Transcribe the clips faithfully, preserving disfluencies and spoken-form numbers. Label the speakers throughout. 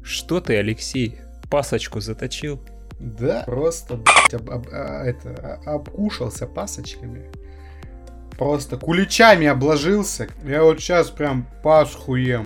Speaker 1: Что ты, Алексей, пасочку заточил?
Speaker 2: Да, просто, блядь, об, об, а, это, обкушался пасочками. Просто куличами обложился. Я вот сейчас прям Пасху ем.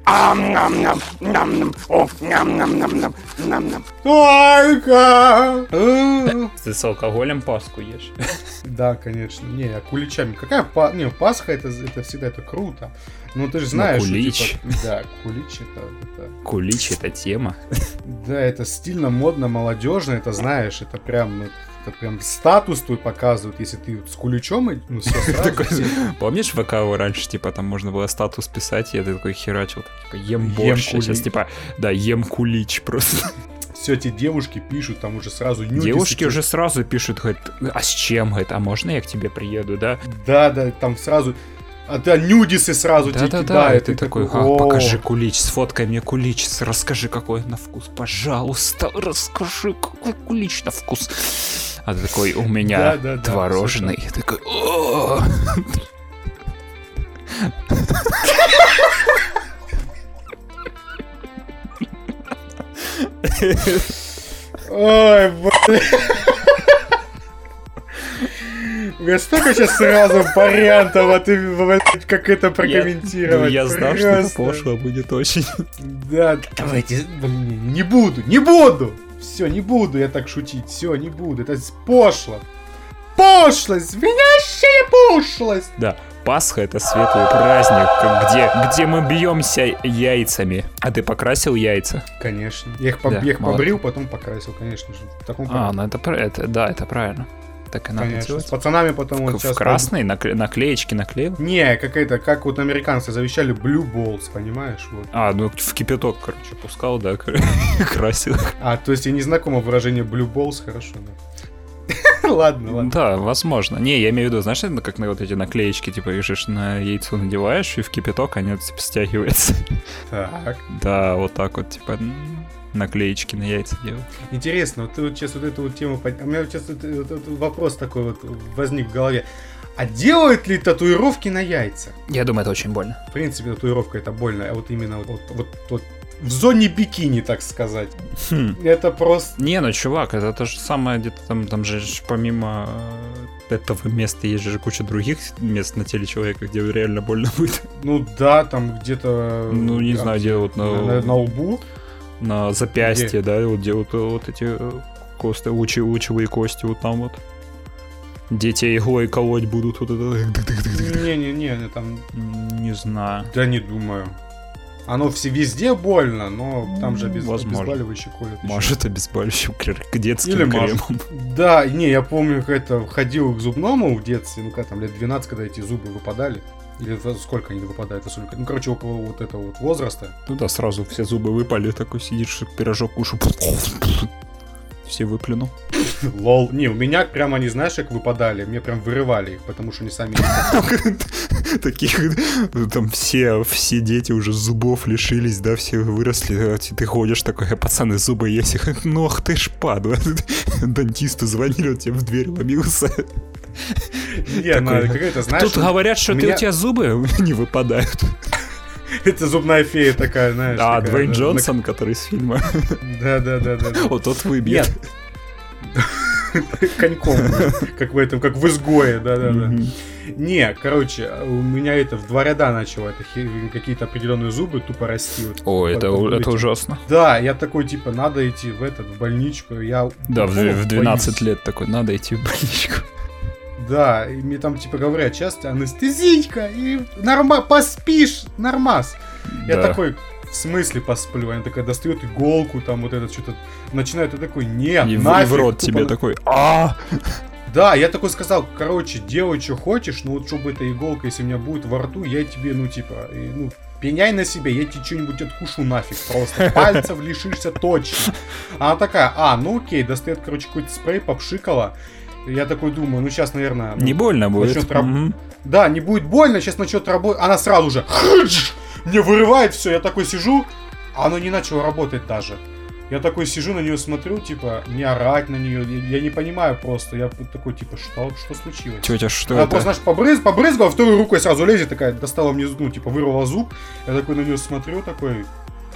Speaker 2: Только!
Speaker 1: Ты с алкоголем Пасху ешь?
Speaker 2: Да, конечно. Не, я куличами. Какая па... Не, Пасха это, это всегда это круто. Ну ты же знаешь,
Speaker 1: ну, кулич.
Speaker 2: Что, типа, да, кулич это, это...
Speaker 1: Кулич это тема.
Speaker 2: Да, это стильно, модно, молодежно, это знаешь, это прям... Это прям статус твой показывает, если ты с куличом, ну все сразу.
Speaker 1: Помнишь, в ВК раньше, типа, там можно было статус писать, и я такой херачил, типа, ем борщ, сейчас, типа, да, ем кулич просто.
Speaker 2: Все эти девушки пишут, там уже сразу нюди.
Speaker 1: Девушки уже сразу пишут, говорят, а с чем, говорит, а можно я к тебе приеду, да?
Speaker 2: Да, да, там сразу... А ты нюдисы сразу тебе кидают. Да-да-да,
Speaker 1: ты такой, а, покажи кулич, сфоткай мне кулич, расскажи, какой на вкус, пожалуйста, расскажи, какой кулич на вкус. А ты такой, у меня да, да, творожный. Да, такой, о
Speaker 2: Ой, блин. У меня столько сейчас сразу вариантов, а ты как это прокомментировать.
Speaker 1: Я, ну, я знал, что это пошло будет очень.
Speaker 2: Да, давайте, блин, не буду, не буду. Все, не буду я так шутить, все, не буду, это пошло. Пошлость, звенящая пошлость.
Speaker 1: Да, Пасха — это светлый праздник, где, где мы бьемся яйцами. А ты покрасил яйца?
Speaker 2: Конечно. Я их, да, я их побрил, потом покрасил, конечно же. В таком
Speaker 1: а, ну это, это, да, это правильно. Так и надо
Speaker 2: Конечно,
Speaker 1: делать.
Speaker 2: С пацанами потом вот
Speaker 1: в сейчас... В красный накле... наклеечки наклеил?
Speaker 2: Не, какая-то, как вот американцы завещали Blue Balls, понимаешь? Вот.
Speaker 1: А, ну в кипяток, короче, пускал, да, красил.
Speaker 2: А, то есть и не знакомо выражение Blue Balls, хорошо, да. Ладно, ладно.
Speaker 1: Да, возможно. Не, я имею в виду, знаешь, как на вот эти наклеечки, типа, их же на яйцо надеваешь, и в кипяток они типа стягиваются.
Speaker 2: Так.
Speaker 1: Да, вот так вот, типа... наклеечки на яйца делать.
Speaker 2: Интересно, вот ты вот сейчас вот эту вот тему... У меня сейчас вот, вот, вот вопрос такой вот возник в голове. А делают ли татуировки на яйца?
Speaker 1: Я думаю, это очень больно.
Speaker 2: В принципе, татуировка это больно, а вот именно вот, вот, вот в зоне бикини, так сказать. Хм. Это просто...
Speaker 1: Не, ну, чувак, это то же самое, где-то там, там же помимо этого места есть же куча других мест на теле человека, где реально больно будет.
Speaker 2: Ну да, там где-то...
Speaker 1: Ну, не знаю, где вот на...
Speaker 2: На, на лбу?
Speaker 1: На запястье, где? Да, вот где вот, вот эти кости, лучи, лучевые кости, вот там вот. Дети иглой колоть будут вот это.
Speaker 2: Не-не-не, там...
Speaker 1: Не знаю.
Speaker 2: Да не думаю. Оно все везде больно, но там же обез... обезболивающий колют.
Speaker 1: Может, обезболивающий к детским Или кремом.
Speaker 2: Может. Да, не, я помню, как это ходил к зубному в детстве, ну как там, лет двенадцать, когда эти зубы выпадали. Или сколько они выпадают, сколько? Ну, короче, около вот этого вот возраста.
Speaker 1: Ну да, сразу все зубы выпали, такой сидишь, пирожок кушал. Все выплюнул.
Speaker 2: Лол. Не, у меня прямо они, знаешь, как выпадали, мне прям вырывали их, потому что они сами...
Speaker 1: Таких, там все, все дети уже зубов лишились, да, все выросли, ты ходишь такой, пацаны, зубы есть, ну ах ты ж падла. Дантисту звонили, он тебе в дверь ломился.
Speaker 2: Не, ну какая-то, знаешь...
Speaker 1: Тут говорят, что ты, у тебя зубы не выпадают.
Speaker 2: Это зубная фея такая, знаешь.
Speaker 1: А, Дуэйн Джонсон, который из фильма.
Speaker 2: Да-да-да.
Speaker 1: Вот тот выбьет.
Speaker 2: Коньком, как в этом, как в изгое, да-да-да. Не, короче, у меня это в два ряда начало, это какие-то определенные зубы тупо расти. Вот,
Speaker 1: О, это, это ужасно.
Speaker 2: Да, я такой, типа, надо идти в этот, в больничку. Я,
Speaker 1: да, в, в двенадцать лет такой, надо идти в больничку.
Speaker 2: Да, и мне там, типа, говорят, сейчас анестезичка, и норма, поспишь, нормас. Да. Я такой... В смысле посплю? Она такая достает иголку, там вот это что-то начинает, и такой, нет,
Speaker 1: и
Speaker 2: нафиг.
Speaker 1: И в рот тебе на... такой, а
Speaker 2: Да, я такой сказал, короче, делай, что хочешь, но вот чтобы эта иголка, если у меня будет во рту, я тебе, ну, типа, ну, пеняй на себя, я тебе что-нибудь откушу нафиг, просто пальцев лишишься точно. Она такая, а, ну окей, достает, короче, какой-то спрей, попшикала. Я такой думаю, ну сейчас, наверное...
Speaker 1: Не
Speaker 2: ну,
Speaker 1: больно будет.
Speaker 2: Раб... Mm-hmm. Да, не будет больно, сейчас начнет работать. Она сразу же... Мне вырывает все, я такой сижу, а оно не начало работать даже. Я такой сижу, на нее смотрю, типа, не орать на нее, я, я не понимаю просто. Я такой, типа, что, что случилось?
Speaker 1: Тетя, что
Speaker 2: Она
Speaker 1: это?
Speaker 2: просто, знаешь, побрыз, побрызгала, второй рукой сразу лезет, такая, достала мне, ну, типа, вырвала зуб. Я такой на нее смотрю, такой...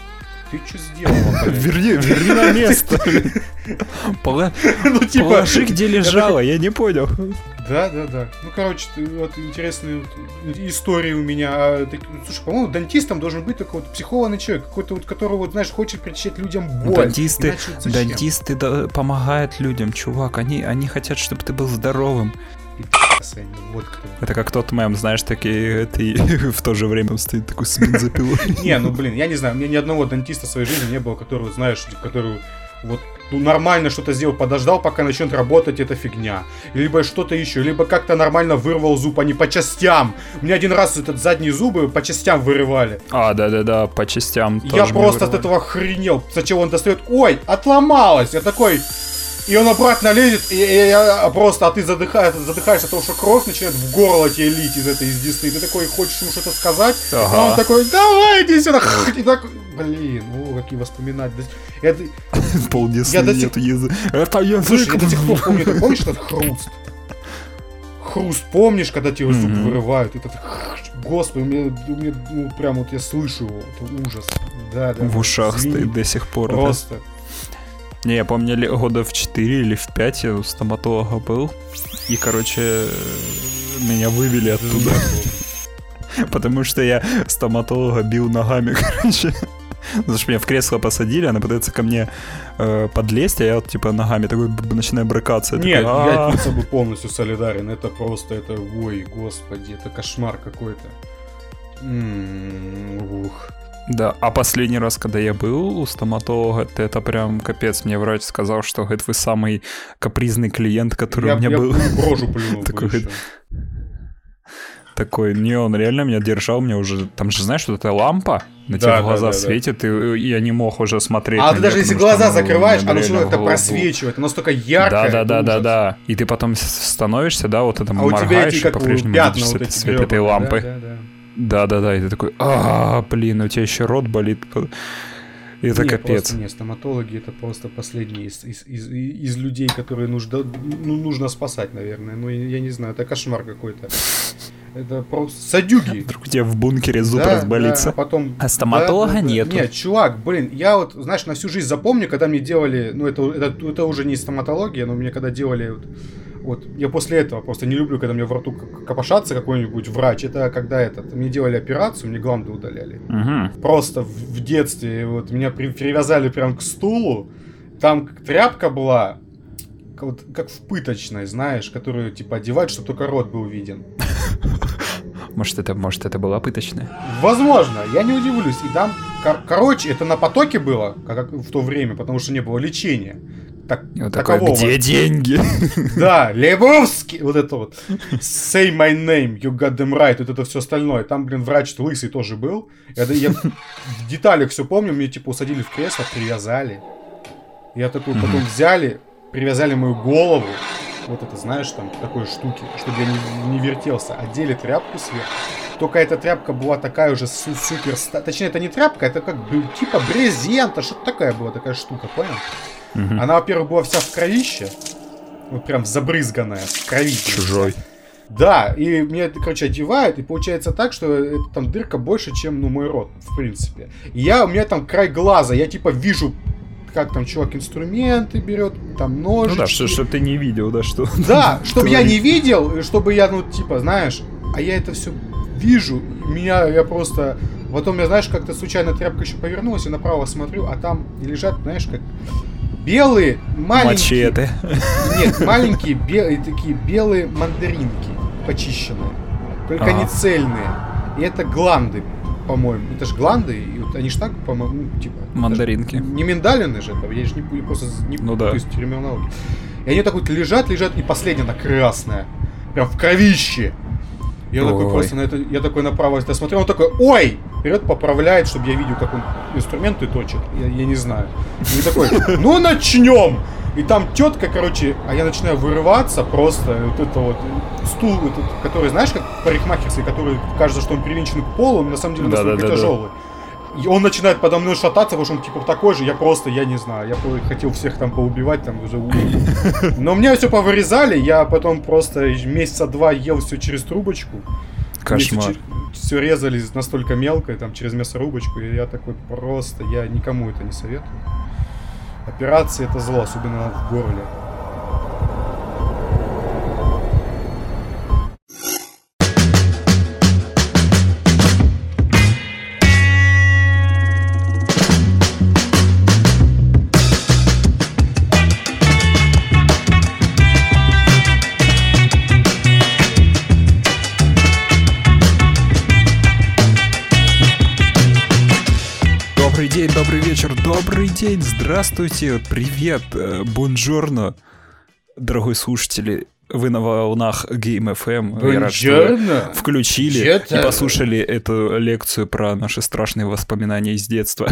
Speaker 2: ты что сделала, блин?
Speaker 1: Верни, верни на место. Пола-
Speaker 2: Ну, типа...
Speaker 1: Положи, где лежала, я не понял.
Speaker 2: Да, да, да. Ну, короче, ты- вот интересные вот истории у меня. А, так- Слушай, по-моему, дантистом должен быть такой вот психованный человек, какой-то вот, который, вот, знаешь, хочет причинять людям боль.
Speaker 1: Дантисты,
Speaker 2: Иначе вот зачем?
Speaker 1: дантисты да- помогают людям, чувак. Они, они хотят, чтобы ты был здоровым.
Speaker 2: Пи***сы они, вот кто.
Speaker 1: Это как тот мем, знаешь, такие, ты в то же время он стоит такой с бензопилой.
Speaker 2: Не, ну, блин, я не знаю, у меня ни одного дантиста в своей жизни не было, который, знаешь, который вот ну, нормально что-то сделал, подождал, пока начнет работать, это фигня. Либо что-то еще, либо как-то нормально вырвал зуб, а не по частям. У меня один раз этот задние зубы по частям вырывали.
Speaker 1: А, да-да-да, по частям.
Speaker 2: Я
Speaker 1: тоже
Speaker 2: просто
Speaker 1: мне
Speaker 2: от этого охренел. Сначала он достает, ой, отломалось. Я такой... И он обратно лезет, и, и я просто, а ты задыхаешься, задыхаешься от того, что кровь начинает в горло тебе лить из этой из десны. Ты такой хочешь ему что-то сказать,
Speaker 1: Ага.
Speaker 2: а он такой, давай, иди сюда. И так, блин, о, какие воспоминания. Это,
Speaker 1: вырвало. Полдесны
Speaker 2: Я до сих-
Speaker 1: нету языка. Это
Speaker 2: слушай,
Speaker 1: язык.
Speaker 2: я до сих пор помню, ты помнишь этот хруст? Хруст, помнишь, когда тебе зуб
Speaker 1: Мгм.
Speaker 2: вырывают? Этот, господи, у меня, у меня, ну, прям вот я слышу его, это ужас. Да, да.
Speaker 1: В ушах
Speaker 2: извини,
Speaker 1: стоит до сих пор. да.
Speaker 2: Просто.
Speaker 1: Не, я помню, ли- года в четыре или в пять я у стоматолога был. И, короче, меня вывели оттуда. Потому что я стоматолога бил ногами, короче. Потому что меня в кресло посадили, она пытается ко мне э, подлезть, а я вот типа ногами такой б- начинаю брыкаться. Я
Speaker 2: Нет,
Speaker 1: такой,
Speaker 2: я
Speaker 1: «А-а-а».
Speaker 2: тут с тобой полностью солидарен. Это просто, это, ой, господи, это кошмар какой-то. М, Ух.
Speaker 1: Да, а последний раз, когда я был у стоматолога, это, это прям капец. Мне врач сказал, что, говорит, вы самый капризный клиент, который
Speaker 2: Я,
Speaker 1: у меня
Speaker 2: я
Speaker 1: был.
Speaker 2: в рожу плюнул бы
Speaker 1: Такой,
Speaker 2: еще.
Speaker 1: Такой, не, он реально меня держал, мне уже, там же, знаешь, вот эта лампа на
Speaker 2: Да,
Speaker 1: тебя
Speaker 2: да,
Speaker 1: в глаза
Speaker 2: да, да.
Speaker 1: светит, и я не мог уже смотреть
Speaker 2: А
Speaker 1: на
Speaker 2: ты
Speaker 1: неё,
Speaker 2: даже если
Speaker 1: потому что
Speaker 2: глаза
Speaker 1: оно
Speaker 2: закрываешь,
Speaker 1: мне
Speaker 2: оно
Speaker 1: реально
Speaker 2: все
Speaker 1: в
Speaker 2: это
Speaker 1: голову.
Speaker 2: просвечивает, оно настолько яркое.
Speaker 1: Да, да, да,
Speaker 2: это
Speaker 1: да,
Speaker 2: ужас.
Speaker 1: да. И ты потом с- становишься, да, вот это
Speaker 2: А у тебя
Speaker 1: моргаешь,
Speaker 2: эти
Speaker 1: и
Speaker 2: как
Speaker 1: по-прежнему
Speaker 2: пятна
Speaker 1: видишь
Speaker 2: вот
Speaker 1: свет,
Speaker 2: эти
Speaker 1: свет этой
Speaker 2: грёбаные,
Speaker 1: лампы.
Speaker 2: да, да, да.
Speaker 1: Да, да, да. И ты такой, а, блин, у тебя еще рот болит. И это
Speaker 2: Не,
Speaker 1: капец.
Speaker 2: просто не, стоматологи это просто последние из, из, из, из людей, которые нужно, ну, нужно спасать, наверное. Ну, я, я не знаю, это кошмар какой-то. Это просто садюги.
Speaker 1: Вдруг у тебя в бункере зуб
Speaker 2: Да,
Speaker 1: разболится.
Speaker 2: да, а потом...
Speaker 1: А стоматолога нету.
Speaker 2: Нет, чувак, блин, я вот, знаешь, на всю жизнь запомню, когда мне делали, ну, это, это, это уже не стоматология, но мне когда делали, вот, вот, я после этого просто не люблю, когда мне во рту к- копошатся какой-нибудь врач, это когда этот, мне делали операцию, мне гланды удаляли.
Speaker 1: Угу.
Speaker 2: Просто в, в детстве, вот, меня при- привязали прям к стулу, там тряпка была, как, вот, как в пыточной, знаешь, которую, типа, одевать, чтобы только рот был виден.
Speaker 1: Может, это, может, это была пыточная?
Speaker 2: Возможно, я не удивлюсь. И там, кор- короче, это на потоке было, как в то время, потому что не было лечения. Так,
Speaker 1: И вот такой,
Speaker 2: такового.
Speaker 1: где деньги?
Speaker 2: Да, Лебовский, вот это вот. Say my name, you got them right, вот это все остальное. Там, блин, врач лысый тоже был. Я, я в деталях все помню, мне типа усадили в кресло, привязали. Я такой, потом взяли, привязали мою голову. Вот это, знаешь, там, такой штуки, чтобы я не, не вертелся. Одели тряпку сверху. Только эта тряпка была такая уже су- супер... ста- Точнее, это не тряпка, это как бы типа брезента, что-то такая была такая штука, понял?
Speaker 1: Мгм.
Speaker 2: Она, во-первых, была вся в кровище. Вот прям забрызганная, в крови.
Speaker 1: Чужой.
Speaker 2: Да, и меня это, короче, одевают, и получается так, что это, там дырка больше, чем, ну, мой рот, в принципе. И я, у меня там край глаза, я типа вижу, как там чувак инструменты берет, там
Speaker 1: Ну
Speaker 2: ножички.
Speaker 1: да, что, что ты не видел, да, что...
Speaker 2: Да, чтобы я
Speaker 1: творит.
Speaker 2: не видел, и чтобы я, ну, типа, знаешь, а я это все вижу, и меня, я просто... Потом я, знаешь, как-то случайно тряпка еще повернулась, и направо смотрю, а там лежат, знаешь, как белые, маленькие...
Speaker 1: Мачете.
Speaker 2: Нет, маленькие, белые, такие белые мандаринки, почищенные, только
Speaker 1: Ага.
Speaker 2: не цельные. И это гланды, по-моему. Это же гланды, и вот они ж так, по-моему, ну, типа...
Speaker 1: Мандаринки.
Speaker 2: это ж Не миндалины же, это, я же не, просто не
Speaker 1: Ну
Speaker 2: путаю
Speaker 1: да.
Speaker 2: с терминологией. И они так вот лежат, лежат, и последняя, она красная. Прям в кровище. Я такой
Speaker 1: Ой.
Speaker 2: просто на это, я такой направо это смотрю, он такой, ой! Вперед поправляет, чтобы я видел, как он инструменты точит. Я, я не знаю. И такой, ну начнем! И там тетка, короче, а я начинаю вырываться просто, вот это вот стул, этот, который, знаешь, как парикмахерский, который кажется, что он привинчен к полу, но на самом деле настолько
Speaker 1: Да-да-да-да.
Speaker 2: тяжелый. И он начинает подо мной шататься, потому что он типа такой же, я просто, я не знаю, я бы хотел всех там поубивать, там уже у- Но мне все повырезали, я потом просто месяца два ел все через трубочку.
Speaker 1: Кошмар.
Speaker 2: Месяца чер- все резали настолько мелко, там, через мясорубочку, и я такой просто, я никому это не советую. Операции это зло, особенно в горле.
Speaker 1: Добрый день, добрый вечер, добрый день, здравствуйте, привет, бонжорно, дорогой слушатели, вы на волнах Game эф эм, я рад, что включили Где-то... и послушали эту лекцию про наши страшные воспоминания из детства.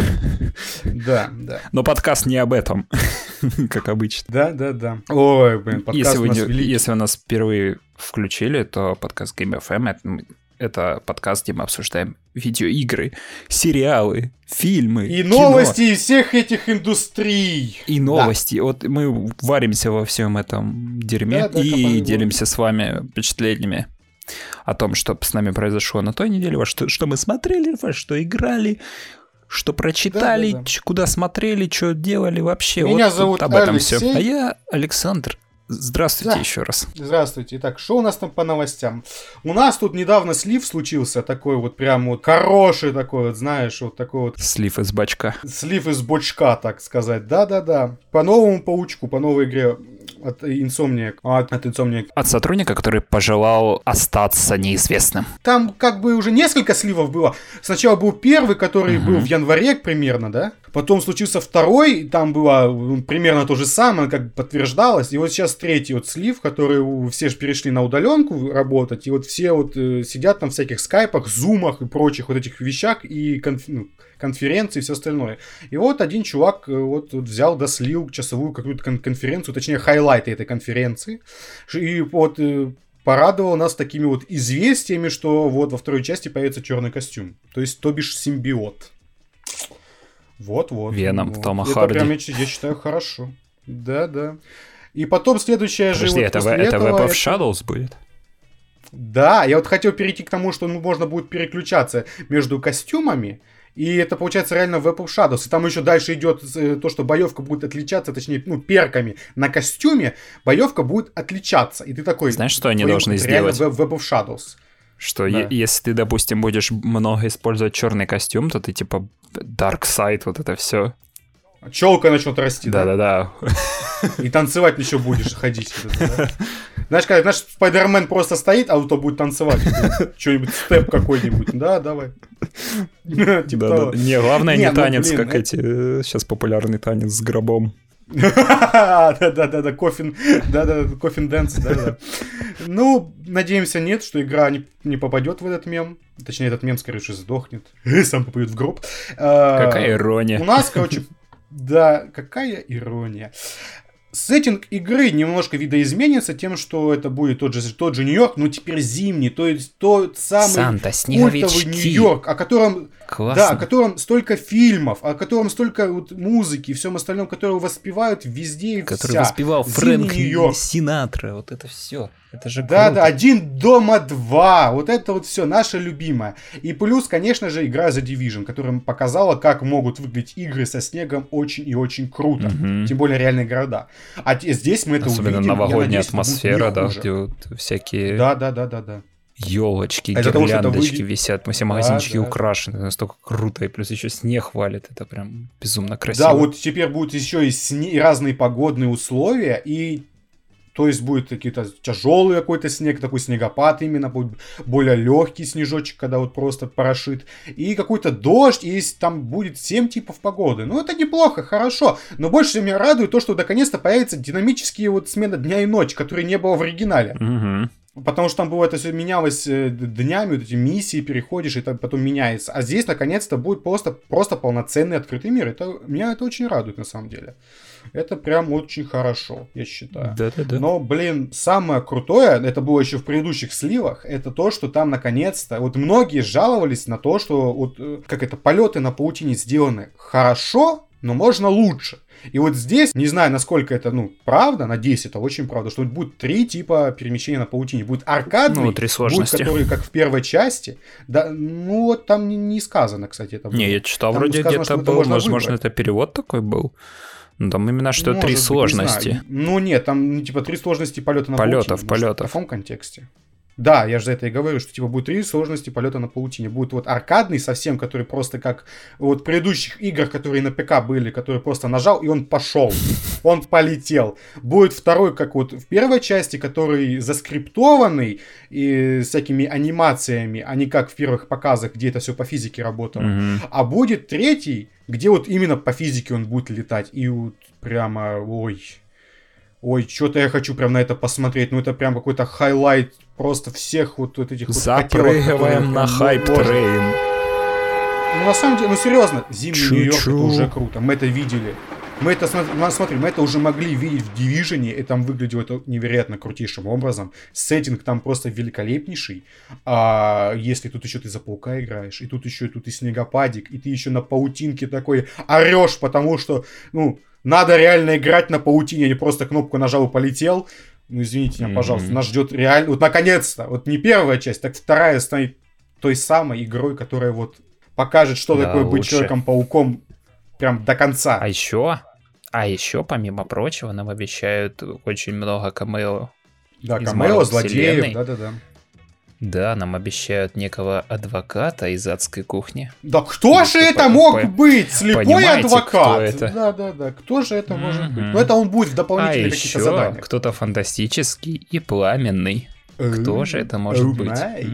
Speaker 2: Да, да.
Speaker 1: Но подкаст не об этом, как обычно.
Speaker 2: Да, да, да. Ой, блин, подкаст
Speaker 1: если
Speaker 2: у
Speaker 1: вы
Speaker 2: нас
Speaker 1: не,
Speaker 2: великий.
Speaker 1: Если вы нас впервые включили, то подкаст Game эф эм — это... Это подкаст, где мы обсуждаем видеоигры, сериалы, фильмы,
Speaker 2: и
Speaker 1: кино.
Speaker 2: новости из всех этих индустрий.
Speaker 1: И новости. Да. Вот мы варимся во всем этом дерьме, да, да, и делимся с вами впечатлениями о том, что с нами произошло на той неделе, во что, что мы смотрели, во что играли, что прочитали, да, да, да. куда смотрели, что делали вообще.
Speaker 2: Меня
Speaker 1: вот
Speaker 2: зовут
Speaker 1: об этом
Speaker 2: Алексей.
Speaker 1: все. А я Александр. Здравствуйте
Speaker 2: да.
Speaker 1: еще раз.
Speaker 2: Здравствуйте. Итак, что у нас там по новостям? У нас тут недавно слив случился, такой вот прям вот хороший такой вот, знаешь, вот такой вот...
Speaker 1: Слив из бачка.
Speaker 2: Слив из бочка, так сказать. Да-да-да. По новому паучку, по новой игре от Insomniac. От, от Insomniac.
Speaker 1: От сотрудника, который пожелал остаться неизвестным.
Speaker 2: Там как бы уже несколько сливов было. Сначала был первый, который угу. был в январе примерно, да? Потом случился второй, там было примерно то же самое, как подтверждалось. И вот сейчас третий вот слив, который все же перешли на удаленку работать. И вот все вот э, сидят там в всяких скайпах, зумах и прочих вот этих вещах, и конф... ну, конференции и все остальное. И вот один чувак э, вот, вот взял, дослил часовую какую-то кон- конференцию, точнее хайлайты этой конференции. И вот... Э, порадовал нас такими вот известиями, что вот во второй части появится черный костюм. То есть, то бишь, симбиот. Вот-вот.
Speaker 1: Веном,
Speaker 2: вот.
Speaker 1: Тома
Speaker 2: Это
Speaker 1: Харди.
Speaker 2: прям, я, я считаю, хорошо. Да-да. И потом следующая же...
Speaker 1: Подожди,
Speaker 2: вот
Speaker 1: это,
Speaker 2: после
Speaker 1: это
Speaker 2: этого,
Speaker 1: Web of
Speaker 2: это...
Speaker 1: Shadows будет?
Speaker 2: Да, я вот хотел перейти к тому, что ну, можно будет переключаться между костюмами. И это получается реально Web of Shadows. И там еще дальше идет то, что боевка будет отличаться, точнее, ну, перками на костюме. Боевка будет отличаться. И ты такой...
Speaker 1: Знаешь, что они должны сделать?
Speaker 2: Реально Web of Shadows.
Speaker 1: Что
Speaker 2: да.
Speaker 1: е- если ты, допустим, будешь много использовать черный костюм, то ты типа Dark Side, вот это все.
Speaker 2: Челка начнет расти, да?
Speaker 1: Да-да-да.
Speaker 2: И танцевать еще будешь ходить. Да? Знаешь, когда знаешь, Спайдермен просто стоит, а то будет танцевать. Что-нибудь, степ какой-нибудь. Да, давай.
Speaker 1: Не, главное не танец, как эти... Сейчас популярный танец с гробом.
Speaker 2: Да-да-да, кофин, да-да, кофин дэнс, да-да. Ну, надеемся, нет, что игра не, не попадет в этот мем. Точнее, этот мем, скорее всего, сдохнет. Сам попадет в гроб.
Speaker 1: Какая ирония.
Speaker 2: У нас, короче, да, какая ирония. Сеттинг игры немножко видоизменится тем, что это будет тот же, тот же Нью-Йорк, но теперь зимний, то есть тот самый
Speaker 1: Санта,
Speaker 2: культовый Нью-Йорк, о котором, да, о котором столько фильмов, о котором столько вот музыки и всем остальном, которого воспевают везде и вся.
Speaker 1: Который воспевал Фрэнк Синатра, вот это все. Это же
Speaker 2: да,
Speaker 1: круто.
Speaker 2: Да, один дома два. Вот это вот все наше любимое. И плюс, конечно же, игра The Division, которая показала, как могут выглядеть игры со снегом очень и очень круто. Mm-hmm. Тем более реальные города. А здесь мы это
Speaker 1: особенно
Speaker 2: увидим.
Speaker 1: Особенно новогодняя
Speaker 2: надеюсь,
Speaker 1: атмосфера, да, где вот всякие...
Speaker 2: Да, да, да, да, да.
Speaker 1: Елочки,
Speaker 2: а
Speaker 1: гирляндочки
Speaker 2: вы...
Speaker 1: висят, все магазинчики да, да. украшены, настолько круто, и плюс еще снег валит, это прям безумно красиво.
Speaker 2: Да, вот теперь будут еще и, сне... и разные погодные условия, и то есть будет какие-то тяжелый какой-то снег, такой снегопад именно, будет более легкий снежочек, когда вот просто порошит. И какой-то дождь, и там будет семь типов погоды. Ну, это неплохо, хорошо. Но больше всего меня радует то, что наконец-то появятся динамические вот смены дня и ночи, которые не было в оригинале.
Speaker 1: Угу.
Speaker 2: Потому что там было это все менялось днями, вот эти миссии переходишь, и это потом меняется. А здесь наконец-то будет просто, просто полноценный открытый мир. Это, меня это очень радует на самом деле. Это прям очень хорошо, я считаю.
Speaker 1: Да-да-да.
Speaker 2: Но, блин, самое крутое, это было еще в предыдущих сливах, это то, что там наконец-то... Вот многие жаловались на то, что вот как это, полеты на паутине сделаны хорошо, но можно лучше. И вот здесь, не знаю, насколько это, ну, правда, надеюсь, это очень правда, что будет три типа перемещения на паутине. Будет аркадный,
Speaker 1: ну, три сложности.
Speaker 2: Будет, который как в первой части. Да, ну, вот там не, не сказано, кстати, это было.
Speaker 1: Не, я читал,
Speaker 2: там
Speaker 1: вроде
Speaker 2: сказано,
Speaker 1: где-то
Speaker 2: это
Speaker 1: был, возможно,
Speaker 2: выбрать.
Speaker 1: это перевод такой был. Ну, там именно что
Speaker 2: Может
Speaker 1: три
Speaker 2: быть,
Speaker 1: сложности.
Speaker 2: Ну, нет, там, ну, типа, три сложности полета на
Speaker 1: полетов,
Speaker 2: паутине.
Speaker 1: Полетов,
Speaker 2: В таком контексте. Да, я же за это и говорю, что типа будет три сложности полета на паутине. Будет вот аркадный совсем, который просто как вот в предыдущих играх, которые на ПК были, который просто нажал и он пошел. Он полетел. Будет второй, как вот в первой части, который заскриптованный и с всякими анимациями, а не как в первых показах, где это все по физике работало.
Speaker 1: Mm-hmm.
Speaker 2: А будет третий, где вот именно по физике он будет летать. И вот прямо, ой... Ой, что-то я хочу прям на это посмотреть. Ну, это прям какой-то хайлайт просто всех вот, вот этих вот
Speaker 1: запрыгиваем на хайп-трейн.
Speaker 2: Ну, на самом деле, ну, серьезно, Зимний Нью-Йорк, это уже круто. Мы это видели. Мы это, смотри, мы это уже могли видеть в Division, и там выглядело это невероятно крутейшим образом. Сеттинг там просто великолепнейший. А если тут еще ты за паука играешь, и тут еще тут и снегопадик, и ты еще на паутинке такой орешь, потому что, ну... Надо реально играть на паутине, а не просто кнопку нажал и полетел. Ну, извините меня, пожалуйста. Mm-hmm. Нас ждет реально... Вот, наконец-то, вот не первая часть, так вторая станет той самой игрой, которая вот покажет, что
Speaker 1: да,
Speaker 2: такое
Speaker 1: лучше.
Speaker 2: быть Человеком-пауком прям до конца.
Speaker 1: А еще, а еще, помимо прочего, нам обещают очень много камео.
Speaker 2: Да, камео, злодеев, да-да-да.
Speaker 1: Да, нам обещают некого адвоката из адской кухни.
Speaker 2: Да кто
Speaker 1: ну,
Speaker 2: же это
Speaker 1: по-
Speaker 2: мог
Speaker 1: по-
Speaker 2: быть? Слепой адвокат.
Speaker 1: Да-да-да,
Speaker 2: кто же это mm-hmm. может быть? Ну, это он будет в дополнительных
Speaker 1: а
Speaker 2: каких-то
Speaker 1: еще
Speaker 2: заданиях.
Speaker 1: Кто-то фантастический и пламенный. Кто же это может быть?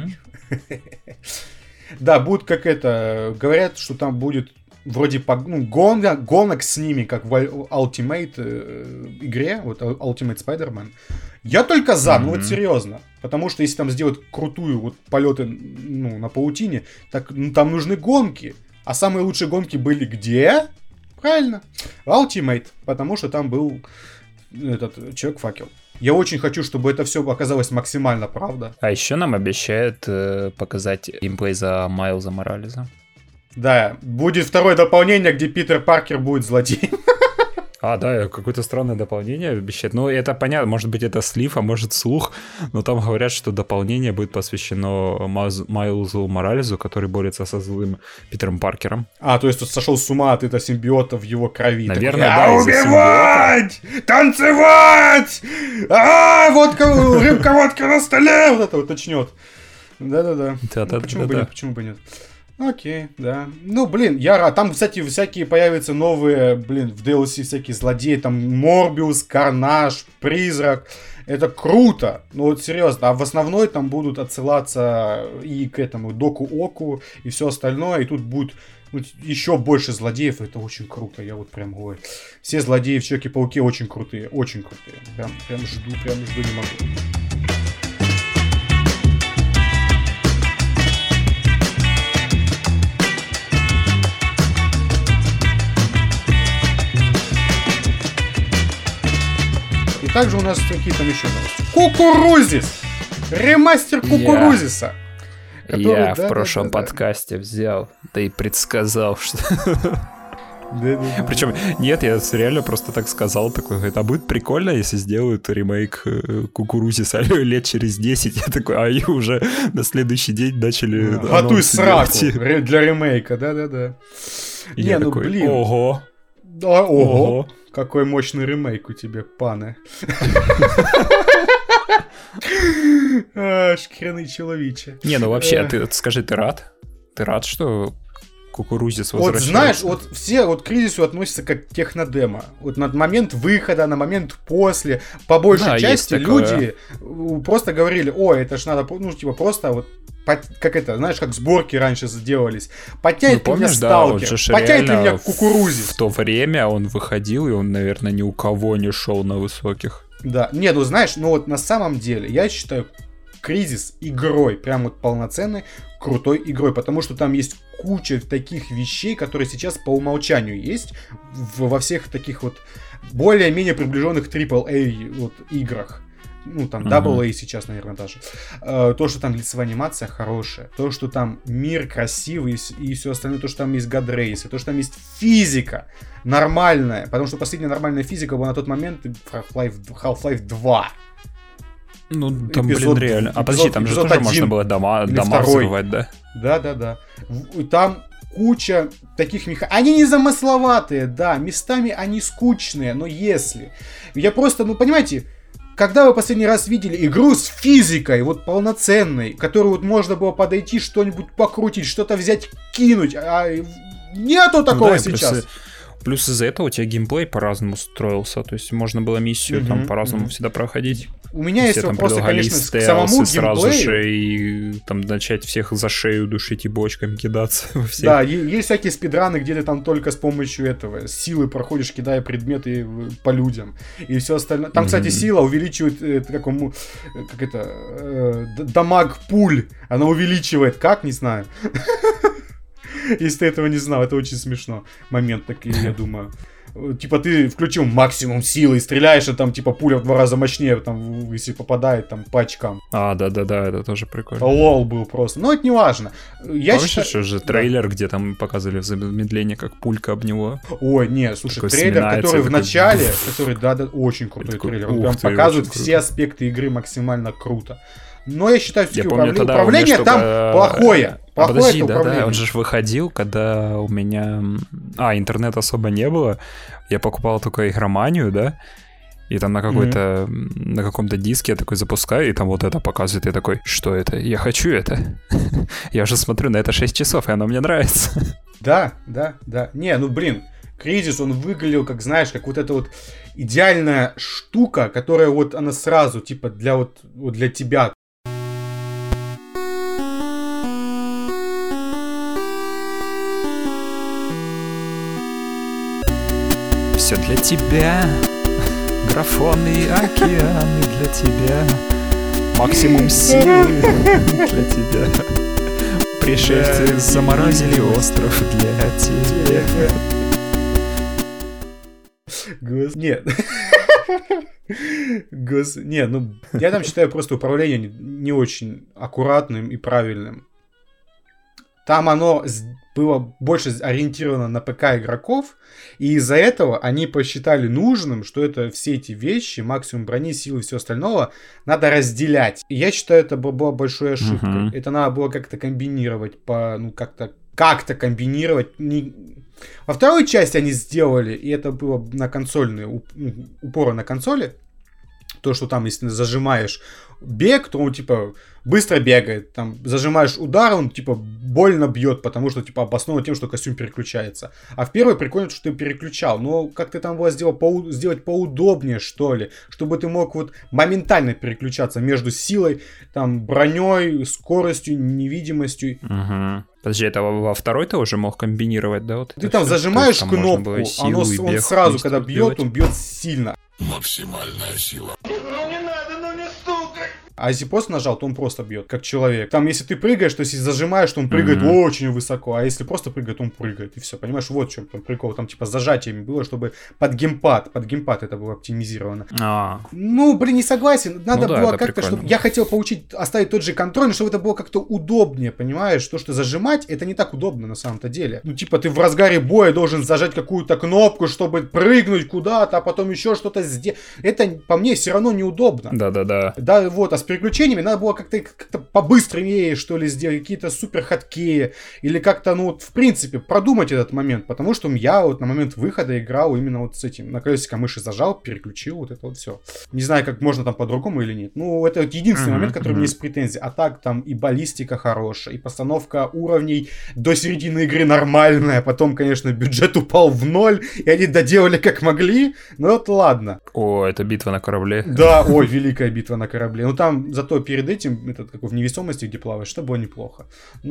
Speaker 2: Да, будет как это... Говорят, что там будет вроде ну, гонок, гонок с ними, как в Ultimate э, игре, вот Ultimate Spider-Man. Я только за, mm-hmm. ну вот серьезно. Потому что если там сделать крутую вот полеты ну, на паутине, так ну, там нужны гонки. А самые лучшие гонки были где? Правильно. Ultimate. Потому что там был этот Человек-факел. Я очень хочу, чтобы это все оказалось максимально правда.
Speaker 1: А еще нам обещают э, показать геймплей за Майлза Моралеса.
Speaker 2: Да, будет второе дополнение, где Питер Паркер будет злодеем.
Speaker 1: А, да, какое-то странное дополнение обещает. Ну, это понятно, может быть, это слив, а может слух, но там говорят, что дополнение будет посвящено Майлзу Моралесу, который борется со злым Питером Паркером.
Speaker 2: А, то есть тут сошел с ума от этого симбиота в его крови.
Speaker 1: Наверное,
Speaker 2: такой,
Speaker 1: да,
Speaker 2: убивать! Танцевать! А, водка, рыбка, водка на столе! Вот это вот начнет. Да-да-да.
Speaker 1: Да-да-да.
Speaker 2: Почему бы нет, почему бы нет? Окей, да. Ну, блин, я рад. Там, кстати, всякие появятся новые, блин, в ди эл си всякие злодеи. Там Морбиус, Карнаж, Призрак. Это круто. Ну, вот серьезно. А в основной там будут отсылаться и к этому Доку Оку, и все остальное. И тут будет ну, еще больше злодеев. Это очень круто. Я вот прям, ой. Все злодеи в Человеке-пауке очень крутые. Очень крутые. Прям, прям жду, прям жду, не могу. Также у нас какие там еще новости. Кукурузис! Ремастер Кукурузиса.
Speaker 1: Я, который, я да, в прошлом да, да, подкасте да. взял, да и предсказал, что... Причем, нет, я реально просто так сказал, такой, говорит, а будет прикольно, если сделают ремейк Кукурузиса лет через десять. Я такой, а и уже на следующий день начали...
Speaker 2: Готуй сраку для ремейка, да-да-да.
Speaker 1: Я
Speaker 2: Не,
Speaker 1: такой,
Speaker 2: ну блин.
Speaker 1: Ого.
Speaker 2: Да, ого. ого. Какой мощный ремейк у тебя, пане. Шкіряний чоловіче.
Speaker 1: Не, ну вообще, ты скажи, ты рад? Ты рад, что Кукурузис возвращается?
Speaker 2: Вот знаешь, вот все вот к кризису относятся как к технодемо. Вот на момент выхода, на момент после. По большей да, части люди просто говорили, ой, это ж надо, ну, типа, просто вот как это, знаешь, как сборки раньше сделались. Потянет ну, ли меня Сталкер, да, потянет ли меня Кукурузис.
Speaker 1: В то время он выходил, и он, наверное, ни у кого не шел на высоких.
Speaker 2: Да, не, ну знаешь, ну вот на самом деле, я считаю Кризис игрой, прям вот полноценной, крутой игрой, потому что там есть куча таких вещей, которые сейчас по умолчанию есть в, во всех таких вот более-менее приближенных трипл эй вот играх. ну, там, дабл эй uh-huh. сейчас, наверное, даже. Э, то, что там лицевая анимация хорошая, то, что там мир красивый и все остальное, то, что там есть гадрейсы, то, что там есть физика нормальная, потому что последняя нормальная физика была на тот момент в Half-Life, Half-Life два.
Speaker 1: Ну, там, эпизод, блин, реально. А подожди, там же тоже можно было дома, дома взрывать, да?
Speaker 2: Да-да-да. Там куча таких механик. Они не замысловатые, да, местами они скучные, но если... Я просто, ну, понимаете, когда вы последний раз видели игру с физикой, вот полноценной, которую вот можно было подойти, что-нибудь покрутить, что-то взять, кинуть, а нету такого ну, да, сейчас.
Speaker 1: Плюс, плюс из-за этого у тебя геймплей по-разному строился, то есть можно было миссию mm-hmm, там по-разному mm-hmm. всегда проходить.
Speaker 2: У меня есть вопросы, конечно, к самому
Speaker 1: сразу
Speaker 2: геймплею.
Speaker 1: же и там начать всех за шею душить и бочками кидаться во всех.
Speaker 2: Да, есть всякие спидраны, где ты там только с помощью этого силы проходишь, кидая предметы по людям и все остальное. Там, mm-hmm. кстати, сила увеличивает э, какому, как это, э, дамаг пуль. Она увеличивает, как, не знаю. Если ты этого не знал, это очень смешно. Момент такой, я думаю. Типа ты включил максимум силы и стреляешь, и там типа пуля в два раза мощнее, там, если попадает там по очкам.
Speaker 1: А, да-да-да, это тоже прикольно.
Speaker 2: Лол был просто. Но это не важно.
Speaker 1: Я Помнишь, считаю... что же трейлер, да. где там показывали в замедлении, как пулька об него?
Speaker 2: Ой, не, слушай, такой трейлер, который в начале, который, да-да, очень крутой такой, трейлер. Он прям показывает все аспекты игры максимально круто. Но я считаю, что управление, управление там только... плохое.
Speaker 1: А, плохое подожди, да-да, он же выходил, когда у меня... А, интернета особо не было. Я покупал только игроманию, да? И там на какой-то... Mm-hmm. На каком-то диске я такой запускаю, и там вот это показывает. Я такой, что это? Я хочу это. Я уже смотрю на это шесть часов, и оно мне нравится.
Speaker 2: Да, да, да. Не, ну блин, Кризис, он выглядел, как знаешь, как вот эта вот идеальная штука, которая вот она сразу, типа, для вот, вот для тебя.
Speaker 1: Все для тебя, графоны и океаны для тебя, максимум силы для тебя, пришельцы заморозили остров для тебя.
Speaker 2: Гос... Нет. Гос... Нет, ну, я там считаю просто управление не, не очень аккуратным и правильным. Там оно было больше ориентировано на ПК игроков, и из-за этого они посчитали нужным, что это все эти вещи, максимум брони, силы и все остального, надо разделять. И я считаю, это была большой ошибкой. Uh-huh. Это надо было как-то комбинировать, по, ну, как-то, как-то комбинировать. Не... Во второй части они сделали, и это было на консольные, упора на консоли, то, что там, если зажимаешь бег, то он, типа, быстро бегает. Там, зажимаешь удар, он, типа, больно бьет, потому что, типа, обосновано тем, что костюм переключается. А в первой прикольно, что ты переключал. Но как ты там было сделать, поу- сделать поудобнее, что ли? Чтобы ты мог вот моментально переключаться между силой, там, броней, скоростью, невидимостью.
Speaker 1: Угу. Подожди, это во второй ты уже мог комбинировать, да? Вот
Speaker 2: ты там все? Зажимаешь там кнопку, оно, он сразу, когда бьет, он бьет сильно.
Speaker 3: Максимальная сила.
Speaker 2: Ну не надо, ну не стукай! А если просто нажал, то он просто бьет, как человек. Там, если ты прыгаешь, то если зажимаешь, то он прыгает mm-hmm. очень высоко. А если просто прыгает, то он прыгает. И все, понимаешь, вот в чем там прикол. Там типа с зажатиями было, чтобы под геймпад, под геймпад это было оптимизировано.
Speaker 1: А.
Speaker 2: Ну, блин, не согласен. Надо ну, да, было как-то,
Speaker 1: прикольно.
Speaker 2: чтобы... Я хотел получить, оставить тот же контроль, но чтобы это было как-то удобнее, понимаешь? То, что зажимать, это не так удобно на самом-то деле. Ну, типа, ты в разгаре боя должен зажать какую-то кнопку, чтобы прыгнуть куда-то, а потом еще что-то сделать. Это, по мне, все равно неудобно.
Speaker 1: Да-да-да.
Speaker 2: Да, вот, а с переключениями надо было как-то, как-то побыстрее, что ли, сделать, какие-то супер хоткеи, или как-то, ну, вот, в принципе, продумать этот момент, потому что я вот на момент выхода играл именно вот с этим, на колесико мыши зажал, переключил, вот это вот все. Не знаю, как можно там по-другому или нет. Ну, это вот единственный mm-hmm, момент, который mm-hmm. у меня есть претензии. А так, там и баллистика хорошая, и постановка уровней до середины игры нормальная, потом, конечно, бюджет упал в ноль, и они доделали как могли, но вот ладно.
Speaker 1: О, это битва на корабле.
Speaker 2: Да, ой, великая битва на корабле. Ну, там зато перед этим, этот, как в невесомости, где плаваешь, что было неплохо.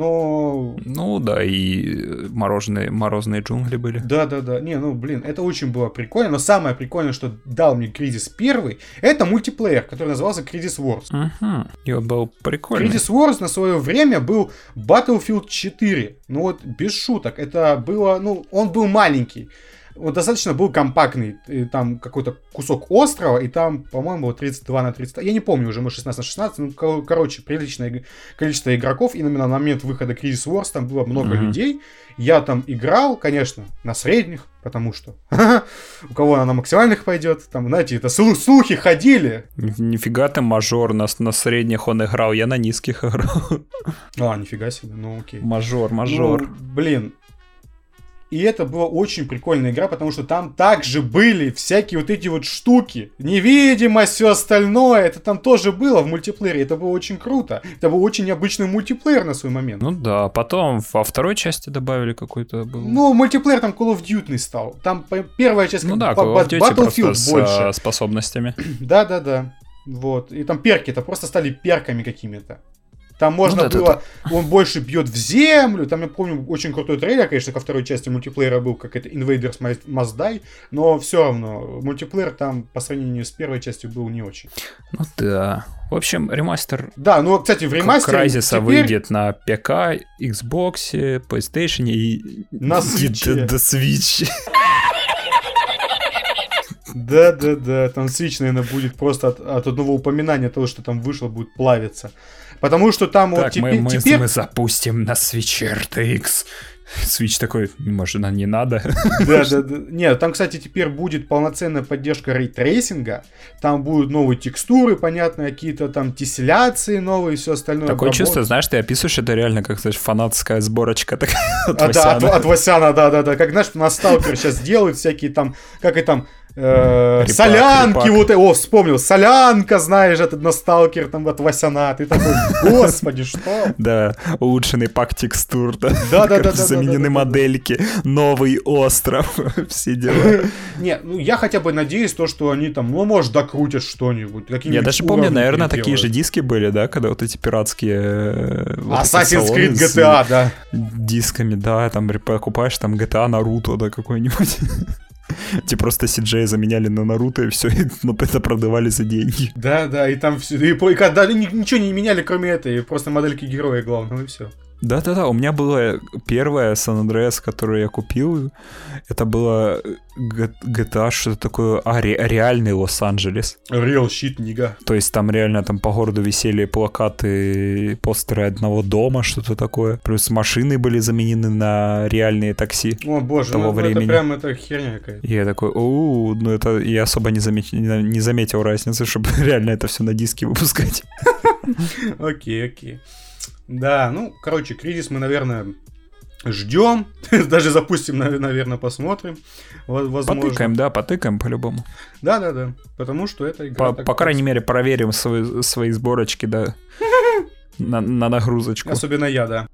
Speaker 2: Но...
Speaker 1: Ну, да, и морозные, морозные джунгли были.
Speaker 2: Да-да-да. Не, ну, блин, это очень было прикольно. Но самое прикольное, что дал мне Кризис первый, это мультиплеер, который назывался Кризис Wars.
Speaker 1: Угу. И он был прикольный.
Speaker 2: Кризис Wars на свое время был Battlefield четыре. Ну, вот, без шуток. Это было, ну, он был маленький. вот достаточно был компактный, и там какой-то кусок острова, и там, по-моему, было тридцать два на тридцать. Я не помню уже, может, шестнадцать на шестнадцать, ну, кор- короче, приличное количество игроков, именно на момент выхода Crisis Wars там было много mm-hmm. людей. Я там играл, конечно, на средних, потому что у кого она на максимальных пойдет, там, знаете, это слухи ходили.
Speaker 1: Нифига ты мажор, на, на средних он играл, я на низких играл.
Speaker 2: А, нифига себе, ну окей.
Speaker 1: Мажор, мажор.
Speaker 2: Ну, блин. И это была очень прикольная игра, потому что там также были всякие вот эти вот штуки. Невидимость, все остальное. Это там тоже было в мультиплеере. Это было очень круто. Это был очень необычный мультиплеер на свой момент.
Speaker 1: Ну да, потом во второй части добавили какой-то... Был...
Speaker 2: Ну, мультиплеер там Call of Duty стал. Там первая часть...
Speaker 1: Ну да, Call of Duty
Speaker 2: Battlefield
Speaker 1: с
Speaker 2: больше.
Speaker 1: способностями.
Speaker 2: Да-да-да. Вот. И там перки-то просто стали перками какими-то. Там можно
Speaker 1: ну, да,
Speaker 2: было,
Speaker 1: да.
Speaker 2: он больше бьет в землю. Там, я помню, очень крутой трейлер, конечно, ко второй части мультиплеера был, как это Invaders Must Die, но все равно, мультиплеер там по сравнению с первой частью был не очень.
Speaker 1: Ну да. В общем, ремастер...
Speaker 2: Да, ну, кстати, в ремастере
Speaker 1: Crysis
Speaker 2: теперь...
Speaker 1: выйдет на ПК, Xbox, PlayStation и...
Speaker 2: На Switch.
Speaker 1: Да, Switch.
Speaker 2: Да-да-да, там Switch, наверное, будет просто от, от одного упоминания того, что там вышло, будет плавиться. Потому что там
Speaker 1: так,
Speaker 2: вот теперь...
Speaker 1: мы, мы,
Speaker 2: теперь...
Speaker 1: мы запустим на Switch эр ти экс. Switch такой, может, нам не надо?
Speaker 2: Да-да-да. Нет, там, кстати, теперь будет полноценная поддержка рейтрейсинга. Там будут новые текстуры, понятно, какие-то там тесселяции новые и все остальное.
Speaker 1: Такое
Speaker 2: обработ...
Speaker 1: чувство, знаешь, ты описываешь это реально как, знаешь, фанатская сборочка такая от
Speaker 2: а,
Speaker 1: Васяна.
Speaker 2: Да, от, от Васяна, да-да-да. Как, знаешь, на Сталкер сейчас делают всякие там, как и там... Э,
Speaker 1: репак,
Speaker 2: солянки,
Speaker 1: репак.
Speaker 2: вот, о, вспомнил, солянка, знаешь, этот на Сталкер там от Васяна, ты такой, господи, что?
Speaker 1: Да, улучшенный пак текстур, да,
Speaker 2: Да-да-да,
Speaker 1: заменены модельки, новый остров, все дела.
Speaker 2: Не, ну я хотя бы надеюсь, то, что они там, ну, может, докрутят что-нибудь.
Speaker 1: Я даже помню, наверное, такие же диски были, да, когда вот эти пиратские...
Speaker 2: Assassin's Creed джи ти эй, да.
Speaker 1: Дисками, да, там покупаешь там джи ти эй Наруто, да, какой-нибудь... Те просто си джей заменяли на Наруто и все, но это продавали за деньги.
Speaker 2: Да, да, и там все. И, и когда ничего не меняли, кроме этой, просто модельки героя главного, и все.
Speaker 1: Да-да-да, у меня была первая San Andreas, которую я купил. Это было джи ти эй, что-то такое, а, ре- реальный Лос-Анджелес.
Speaker 2: Real shit, нига.
Speaker 1: То есть там реально там по городу висели плакаты, постеры одного дома, что-то такое. Плюс машины были заменены на реальные такси.
Speaker 2: О боже,
Speaker 1: того
Speaker 2: ну
Speaker 1: времени.
Speaker 2: это прям это херня какая-то.
Speaker 1: И я такой, оу, ну это я особо не, замет... не заметил разницы, чтобы реально это все на диске выпускать.
Speaker 2: Окей, окей. Да, ну, короче, Кризис мы, наверное, ждем. Даже запустим, наверное, посмотрим. Возможно.
Speaker 1: Потыкаем, да, потыкаем по-любому.
Speaker 2: Да-да-да, потому что это игра...
Speaker 1: По, по крайней мере, проверим свои, свои сборочки, да, на, на нагрузочку.
Speaker 2: Особенно я, да.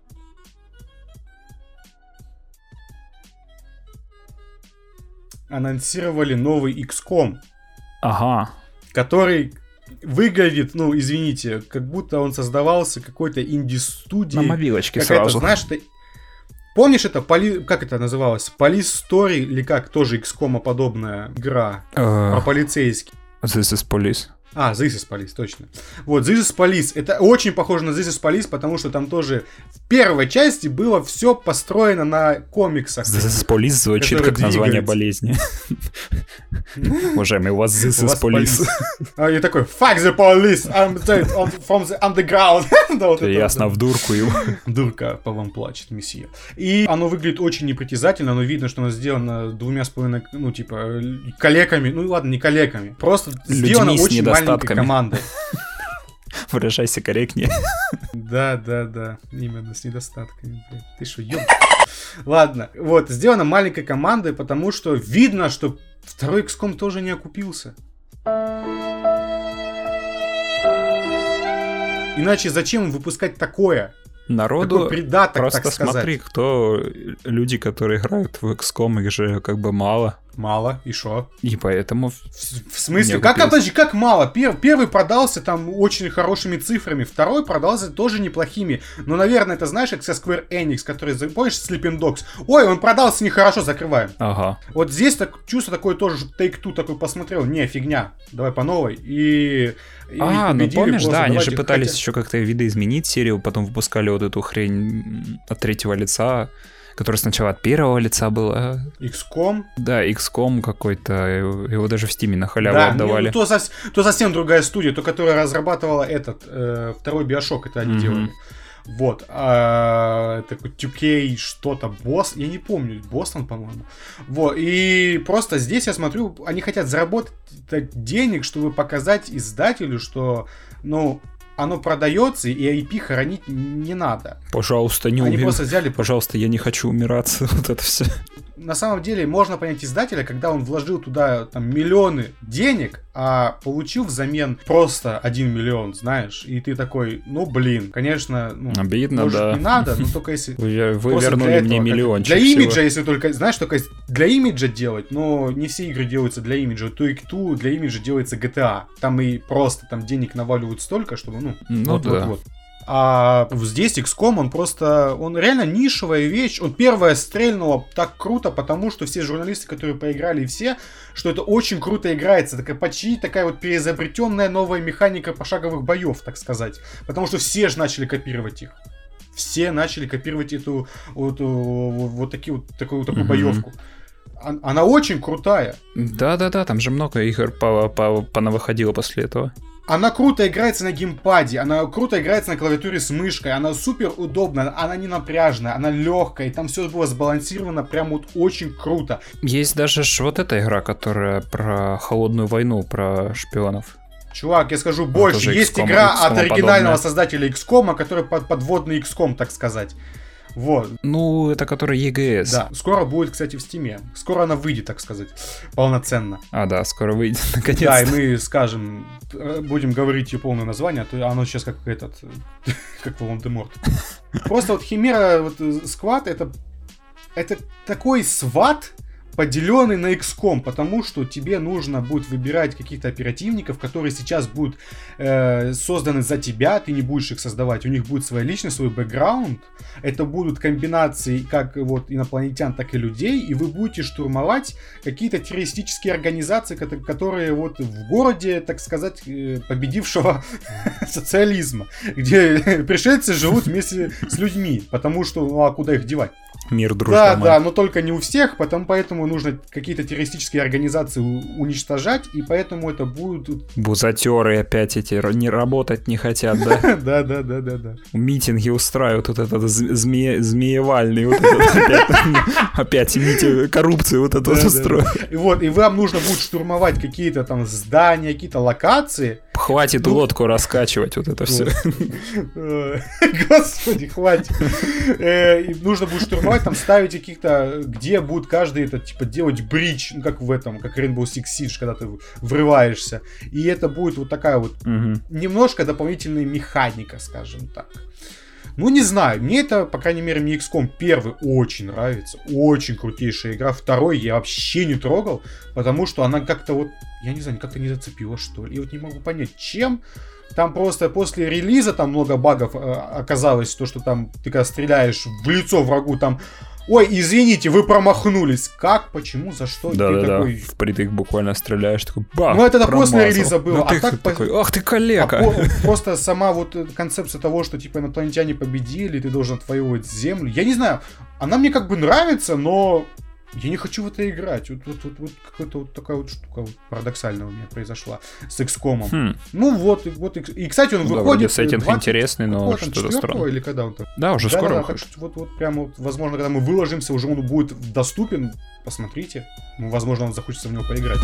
Speaker 2: Анонсировали новый икс ком.
Speaker 1: Ага.
Speaker 2: Который... выглядит, ну, извините, как будто он создавался какой-то инди-студией.
Speaker 1: На мобилочке
Speaker 2: какая-то,
Speaker 1: сразу.
Speaker 2: Знаешь, ты... Помнишь это, поли... как это называлось? Police Story, или как, тоже икс ком подобная игра про полицейский.
Speaker 1: This is Police.
Speaker 2: А, This is Police, точно. Вот, This is Police. Это очень похоже на This is Police, потому что там тоже в первой части было все построено на комиксах.
Speaker 1: This is Police звучит как название болезни. Уважаемый, у вас This is Police.
Speaker 2: А я такой, fuck the police, I'm dead from the underground.
Speaker 1: Ясно, в дурку его.
Speaker 2: Дурка по вам плачет, месье. И оно выглядит очень непритязательно, но видно, что оно сделано двумя с половиной, ну, типа, калеками. Ну, ладно, не калеками. Просто сделано очень маленькой командой.
Speaker 1: Выражайся корректнее.
Speaker 2: Да, да, да. Именно с недостатками. Блин. Ты шо, ёб... Ладно. Вот, сделано маленькой командой, потому что видно, что второй икс ком тоже не окупился. Иначе зачем выпускать такое?
Speaker 1: Народу
Speaker 2: придаток,
Speaker 1: просто
Speaker 2: так сказать.
Speaker 1: смотри, кто люди, которые играют в икс ком, их же как бы мало.
Speaker 2: Мало, и шо?
Speaker 1: И поэтому...
Speaker 2: В, в смысле? Как, подожди, как мало? Пер, первый продался там очень хорошими цифрами, второй продался тоже неплохими. Но, наверное, это знаешь, как со Square Enix, который, помнишь, Sleeping Dogs? Ой, он продался нехорошо, закрываем.
Speaker 1: Ага.
Speaker 2: Вот здесь так, чувство такое тоже, Take-Two такой посмотрел, не, фигня, давай по новой. И...
Speaker 1: А, ну помнишь,
Speaker 2: просто,
Speaker 1: да, они же
Speaker 2: хотя...
Speaker 1: пытались еще как-то видоизменить серию, потом выпускали вот эту хрень от третьего лица, Который сначала от первого лица был. а-
Speaker 2: икс ком.
Speaker 1: Да, икс ком какой-то. Его его даже в Стиме на халяву
Speaker 2: Да,
Speaker 1: отдавали.
Speaker 2: ну, то, сос- то совсем другая студия, то, которая разрабатывала этот, э, второй Биошок, это они
Speaker 1: Мгм.
Speaker 2: делали. Вот. А, такой ту кей что-то, босс, я не помню, Бостон, по-моему. Вот. И просто здесь я смотрю, они хотят заработать денег, чтобы показать издателю, что, ну, оно продается, и ай пи хоронить не надо.
Speaker 1: Пожалуйста, не
Speaker 2: Они
Speaker 1: убей.
Speaker 2: просто взяли...
Speaker 1: Пожалуйста, я не хочу умираться. Вот это все.
Speaker 2: На самом деле можно понять издателя, когда он вложил туда там миллионы денег, а получил взамен просто один миллион, знаешь, и ты такой, ну блин, конечно, ну,
Speaker 1: Обидно,
Speaker 2: может
Speaker 1: да.
Speaker 2: не надо, но только если...
Speaker 1: Вы, вы
Speaker 2: просто
Speaker 1: вернули
Speaker 2: для
Speaker 1: мне
Speaker 2: этого, как-
Speaker 1: миллиончик.
Speaker 2: Для
Speaker 1: всего.
Speaker 2: имиджа, если только, знаешь, только для имиджа делать, но не все игры делаются для имиджа. Take-Two для имиджа делается джи ти эй. Там и просто там денег наваливают столько, чтобы, ну,
Speaker 1: Ну
Speaker 2: вот,
Speaker 1: да.
Speaker 2: вот, вот. А здесь икс ком, он просто, он реально нишевая вещь. Он первая стрельнула так круто, потому что все журналисты, которые поиграли, и все, что это очень круто играется. Такая почти такая вот переизобретенная новая механика пошаговых боев, так сказать. Потому что все же начали копировать их. Все начали копировать эту вот, вот, вот такие вот такую, такую
Speaker 1: Мгм.
Speaker 2: боевку. Он- Она очень крутая.
Speaker 1: Да-да-да, там же много игр по- по- понавыходило после этого.
Speaker 2: Она круто играется на геймпаде, она круто играется на клавиатуре с мышкой, она супер удобная, она не напряжная, она легкая, и там все было сбалансировано прям вот очень круто.
Speaker 1: Есть даже ж вот эта игра, которая про холодную войну, про шпионов.
Speaker 2: Чувак, я скажу больше,
Speaker 1: тоже
Speaker 2: есть
Speaker 1: икс ком,
Speaker 2: игра
Speaker 1: икс ком
Speaker 2: от оригинального
Speaker 1: подобная.
Speaker 2: создателя икс ком, который под, подводный икс ком, так сказать. Вот,
Speaker 1: Ну, это которая и джи эс.
Speaker 2: да. Скоро будет, кстати, в Стиме. Скоро она выйдет, так сказать, полноценно.
Speaker 1: А, да, скоро выйдет,
Speaker 2: Да, и
Speaker 1: наконец-то.
Speaker 2: мы скажем, э, будем говорить ее полное название, а то оно сейчас как этот, как Волан-де-Морт. Просто вот Химера, вот э, Сквад, это, это такой сват, поделенный на икс ком, потому что тебе нужно будет выбирать каких-то оперативников, которые сейчас будут э, созданы за тебя, ты не будешь их создавать, у них будет своя личность, свой бэкграунд, это будут комбинации как вот инопланетян, так и людей, и вы будете штурмовать какие-то террористические организации, кото- которые вот в городе, так сказать, э, победившего социализма, где пришельцы живут вместе с людьми, потому что, ну а куда их девать?
Speaker 1: Мир, дружба,
Speaker 2: Да,
Speaker 1: мать.
Speaker 2: да, но только не у всех, потом поэтому нужно какие-то террористические организации у- уничтожать, и поэтому это будут...
Speaker 1: Бузатеры опять эти р- не работать не хотят, да?
Speaker 2: Да, да, да, да, да.
Speaker 1: Митинги устраивают, вот этот з- зме- змеевальный, вот этот опять, опять мити- коррупцию вот эту
Speaker 2: Да, да,
Speaker 1: устроят.
Speaker 2: да. И вот, и вам нужно будет штурмовать какие-то там здания, какие-то локации.
Speaker 1: Хватит
Speaker 2: Ну,
Speaker 1: лодку раскачивать, вот это все.
Speaker 2: Э, Господи, хватит. Э, и нужно будет штурмовать, там ставить каких-то, где будет каждый это, типа, делать бридж, ну, как в этом, как Rainbow Six Siege, когда ты врываешься. И это будет вот такая вот немножко дополнительная механика, скажем так. Ну, не знаю, мне это, по крайней мере, мне икс ком первый очень нравится, очень крутейшая игра, второй я вообще не трогал, потому что она как-то вот, я не знаю, как-то не зацепила, что ли, и вот не могу понять, чем. Там просто после релиза там много багов э, оказалось, то, что там ты когда стреляешь в лицо врагу, там, ой, извините, вы промахнулись, как, почему, за что, И ты
Speaker 1: Да-да-да,
Speaker 2: такой...
Speaker 1: впритык буквально стреляешь, такой бах,
Speaker 2: Ну, это да после
Speaker 1: промазал.
Speaker 2: релиза было,
Speaker 1: Ну,
Speaker 2: а
Speaker 1: ты
Speaker 2: так по-
Speaker 1: такой, ах ты
Speaker 2: А
Speaker 1: калека.
Speaker 2: по- просто сама вот э, концепция того, что типа инопланетяне победили, ты должен отвоевывать землю. Я не знаю, она мне как бы нравится, но я не хочу в это играть. Вот, вот, вот, вот какая-то вот такая вот штука вот парадоксальная у меня произошла с икс ком.
Speaker 1: Хм,
Speaker 2: Ну вот, и, вот, и, и, кстати, он
Speaker 1: ну да,
Speaker 2: выходит...
Speaker 1: вроде
Speaker 2: э,
Speaker 1: сеттинг
Speaker 2: двадцать
Speaker 1: интересный, но
Speaker 2: какого там,
Speaker 1: что-то
Speaker 2: четвёртого
Speaker 1: странно.
Speaker 2: или когда он там?
Speaker 1: Да, уже скоро
Speaker 2: Да-да-да, так
Speaker 1: выходит.
Speaker 2: что вот, вот прямо, вот, возможно, когда мы выложимся, уже он будет доступен. Посмотрите. Ну, возможно, вам захочется в него поиграть.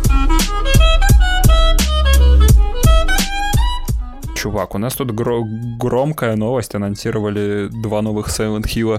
Speaker 1: Чувак, у нас тут гро- громкая новость, анонсировали два новых Silent Hill.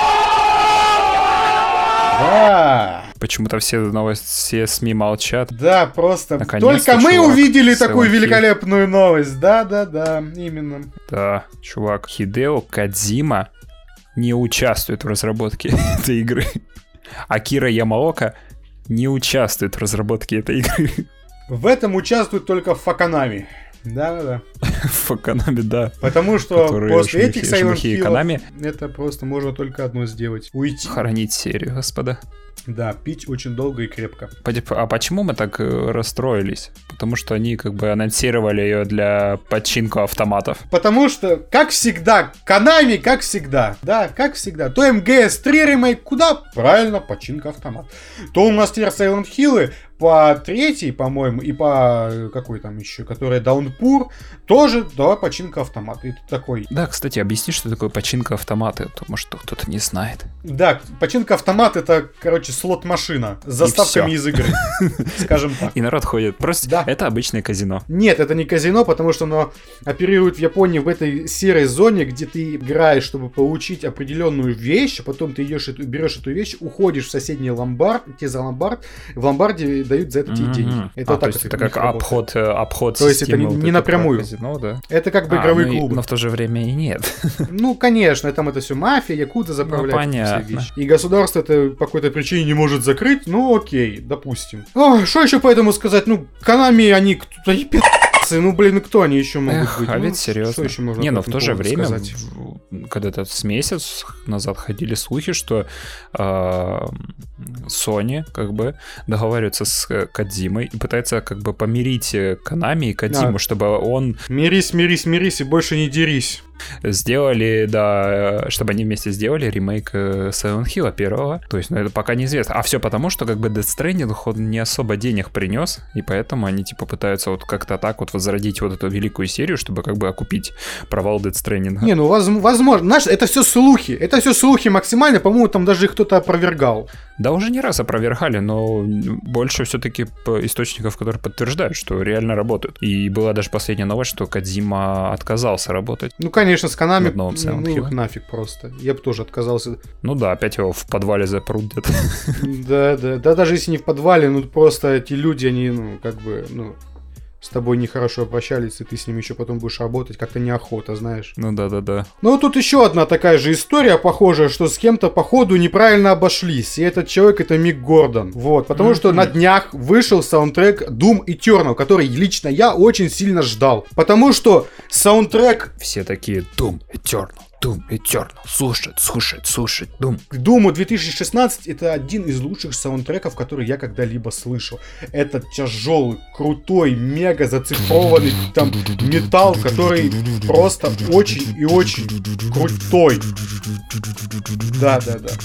Speaker 2: Да!
Speaker 1: Почему-то все новости, все СМИ молчат.
Speaker 2: Да, просто.
Speaker 1: Наконец-то,
Speaker 2: Только мы
Speaker 1: чувак,
Speaker 2: увидели
Speaker 1: Silent
Speaker 2: такую
Speaker 1: Hill.
Speaker 2: великолепную новость. Да, да, да, именно.
Speaker 1: Да, чувак, Хидео Кодзима не участвует в разработке этой игры. Акира Ямаока не участвует в разработке этой игры.
Speaker 2: В этом участвует только Факанами. Да, да, да.
Speaker 1: в Konami, да.
Speaker 2: Потому что
Speaker 1: Которые
Speaker 2: после
Speaker 1: очень
Speaker 2: этих
Speaker 1: лихие-
Speaker 2: Silent
Speaker 1: лихие
Speaker 2: Hill'ов
Speaker 1: Konami.
Speaker 2: это просто можно только одно сделать. Уйти.
Speaker 1: Хоронить серию, господа.
Speaker 2: Да, пить очень долго и крепко.
Speaker 1: А почему мы так э, расстроились? Потому что они как бы анонсировали ее для починку автоматов.
Speaker 2: Потому что, как всегда, Konami, как всегда, да, как всегда, то эм джи эс три ремейк, куда? Правильно, починка автомат. То у нас теперь Silent Hill'ы по третьей, по-моему, и по какой там еще, которая Downpour, тоже, да, починка автомата. И ты такой...
Speaker 1: Да, кстати, объясни, что такое починка автомата, потому что кто-то не знает.
Speaker 2: Да, починка автомат это, короче, слот-машина с заставками из игры, скажем так.
Speaker 1: И народ ходит. Просто
Speaker 2: Да.
Speaker 1: это обычное казино.
Speaker 2: Нет, это не казино, потому что оно оперирует в Японии в этой серой зоне, где ты играешь, чтобы получить определенную вещь, а потом ты идешь, эту- берешь эту вещь, уходишь в соседний ломбард, тебе за ломбард, в ломбарде дают за это тебе
Speaker 1: Мгм.
Speaker 2: деньги.
Speaker 1: А,
Speaker 2: Это
Speaker 1: то
Speaker 2: вот так
Speaker 1: есть
Speaker 2: вот
Speaker 1: это
Speaker 2: у них
Speaker 1: как
Speaker 2: работает.
Speaker 1: обход, э, обход
Speaker 2: То есть это
Speaker 1: системы
Speaker 2: не-
Speaker 1: вот
Speaker 2: не
Speaker 1: этой
Speaker 2: напрямую.
Speaker 1: про казино, да?
Speaker 2: Это как бы
Speaker 1: А,
Speaker 2: игровые
Speaker 1: ну и-
Speaker 2: клубы.
Speaker 1: но в то же время и нет.
Speaker 2: Ну, конечно, там это все мафия, якудза заправляют.
Speaker 1: Ну, понятно.
Speaker 2: все вещи. И государство это по какой-то причине не может закрыть, ну окей, допустим. О, что еще по этому сказать? Ну, Konami, они кто-то и пи***цы, ну блин, кто они еще могут
Speaker 1: Эх,
Speaker 2: быть?
Speaker 1: а
Speaker 2: Ну,
Speaker 1: ведь серьезно.
Speaker 2: Что еще можно
Speaker 1: Не,
Speaker 2: по
Speaker 1: но в
Speaker 2: этому
Speaker 1: то же
Speaker 2: поводу
Speaker 1: время,
Speaker 2: сказать?
Speaker 1: в- когда-то с месяц назад ходили слухи, что э, Sony как бы договаривается с э, Кодзимой и пытается как бы помирить э, Konami и Кодзиму,
Speaker 2: Да.
Speaker 1: чтобы он
Speaker 2: Мирись, мирись, мирись и больше не дерись.
Speaker 1: сделали, да, э, чтобы они вместе сделали ремейк э, Silent Hill первого. То есть, ну, это пока неизвестно. А все потому, что как бы Death Stranding он не особо денег принес, и поэтому они типа пытаются вот как-то так вот возродить вот эту великую серию, чтобы как бы окупить провал Death Stranding.
Speaker 2: Не, ну воз- возможно. Знаешь, это все слухи. Это все слухи максимально. По-моему, там даже их кто-то опровергал.
Speaker 1: Да, уже не раз опровергали, но больше все-таки источников, которые подтверждают, что реально работают. И была даже последняя новость, что Кодзима отказался работать.
Speaker 2: Ну, конечно, с Konami,
Speaker 1: Над новым Silent
Speaker 2: ну,
Speaker 1: Hill.
Speaker 2: их нафиг просто. Я бы тоже отказался.
Speaker 1: Ну да, опять его в подвале запрут где-то.
Speaker 2: Да, да, да, даже если не в подвале, ну просто эти люди, они, ну, как бы, ну, с тобой нехорошо обращались, и ты с ними еще потом будешь работать, как-то неохота, знаешь.
Speaker 1: Ну да-да-да.
Speaker 2: Ну, вот тут еще одна такая же история, похожая, что с кем-то, походу, неправильно обошлись. И этот человек — это Мик Гордон. Вот, потому что на днях вышел саундтрек Doom Eternal, который лично я очень сильно ждал. Потому что саундтрек
Speaker 1: Все такие Doom Eternal, Doom Eternal, слушать, слушать, слушать, Doom.
Speaker 2: к Думу две тысячи шестнадцать это один из лучших саундтреков, который я когда-либо слышал. Это тяжелый, крутой, мега зацифрованный там металл, который просто очень и очень крутой. Да, да, да.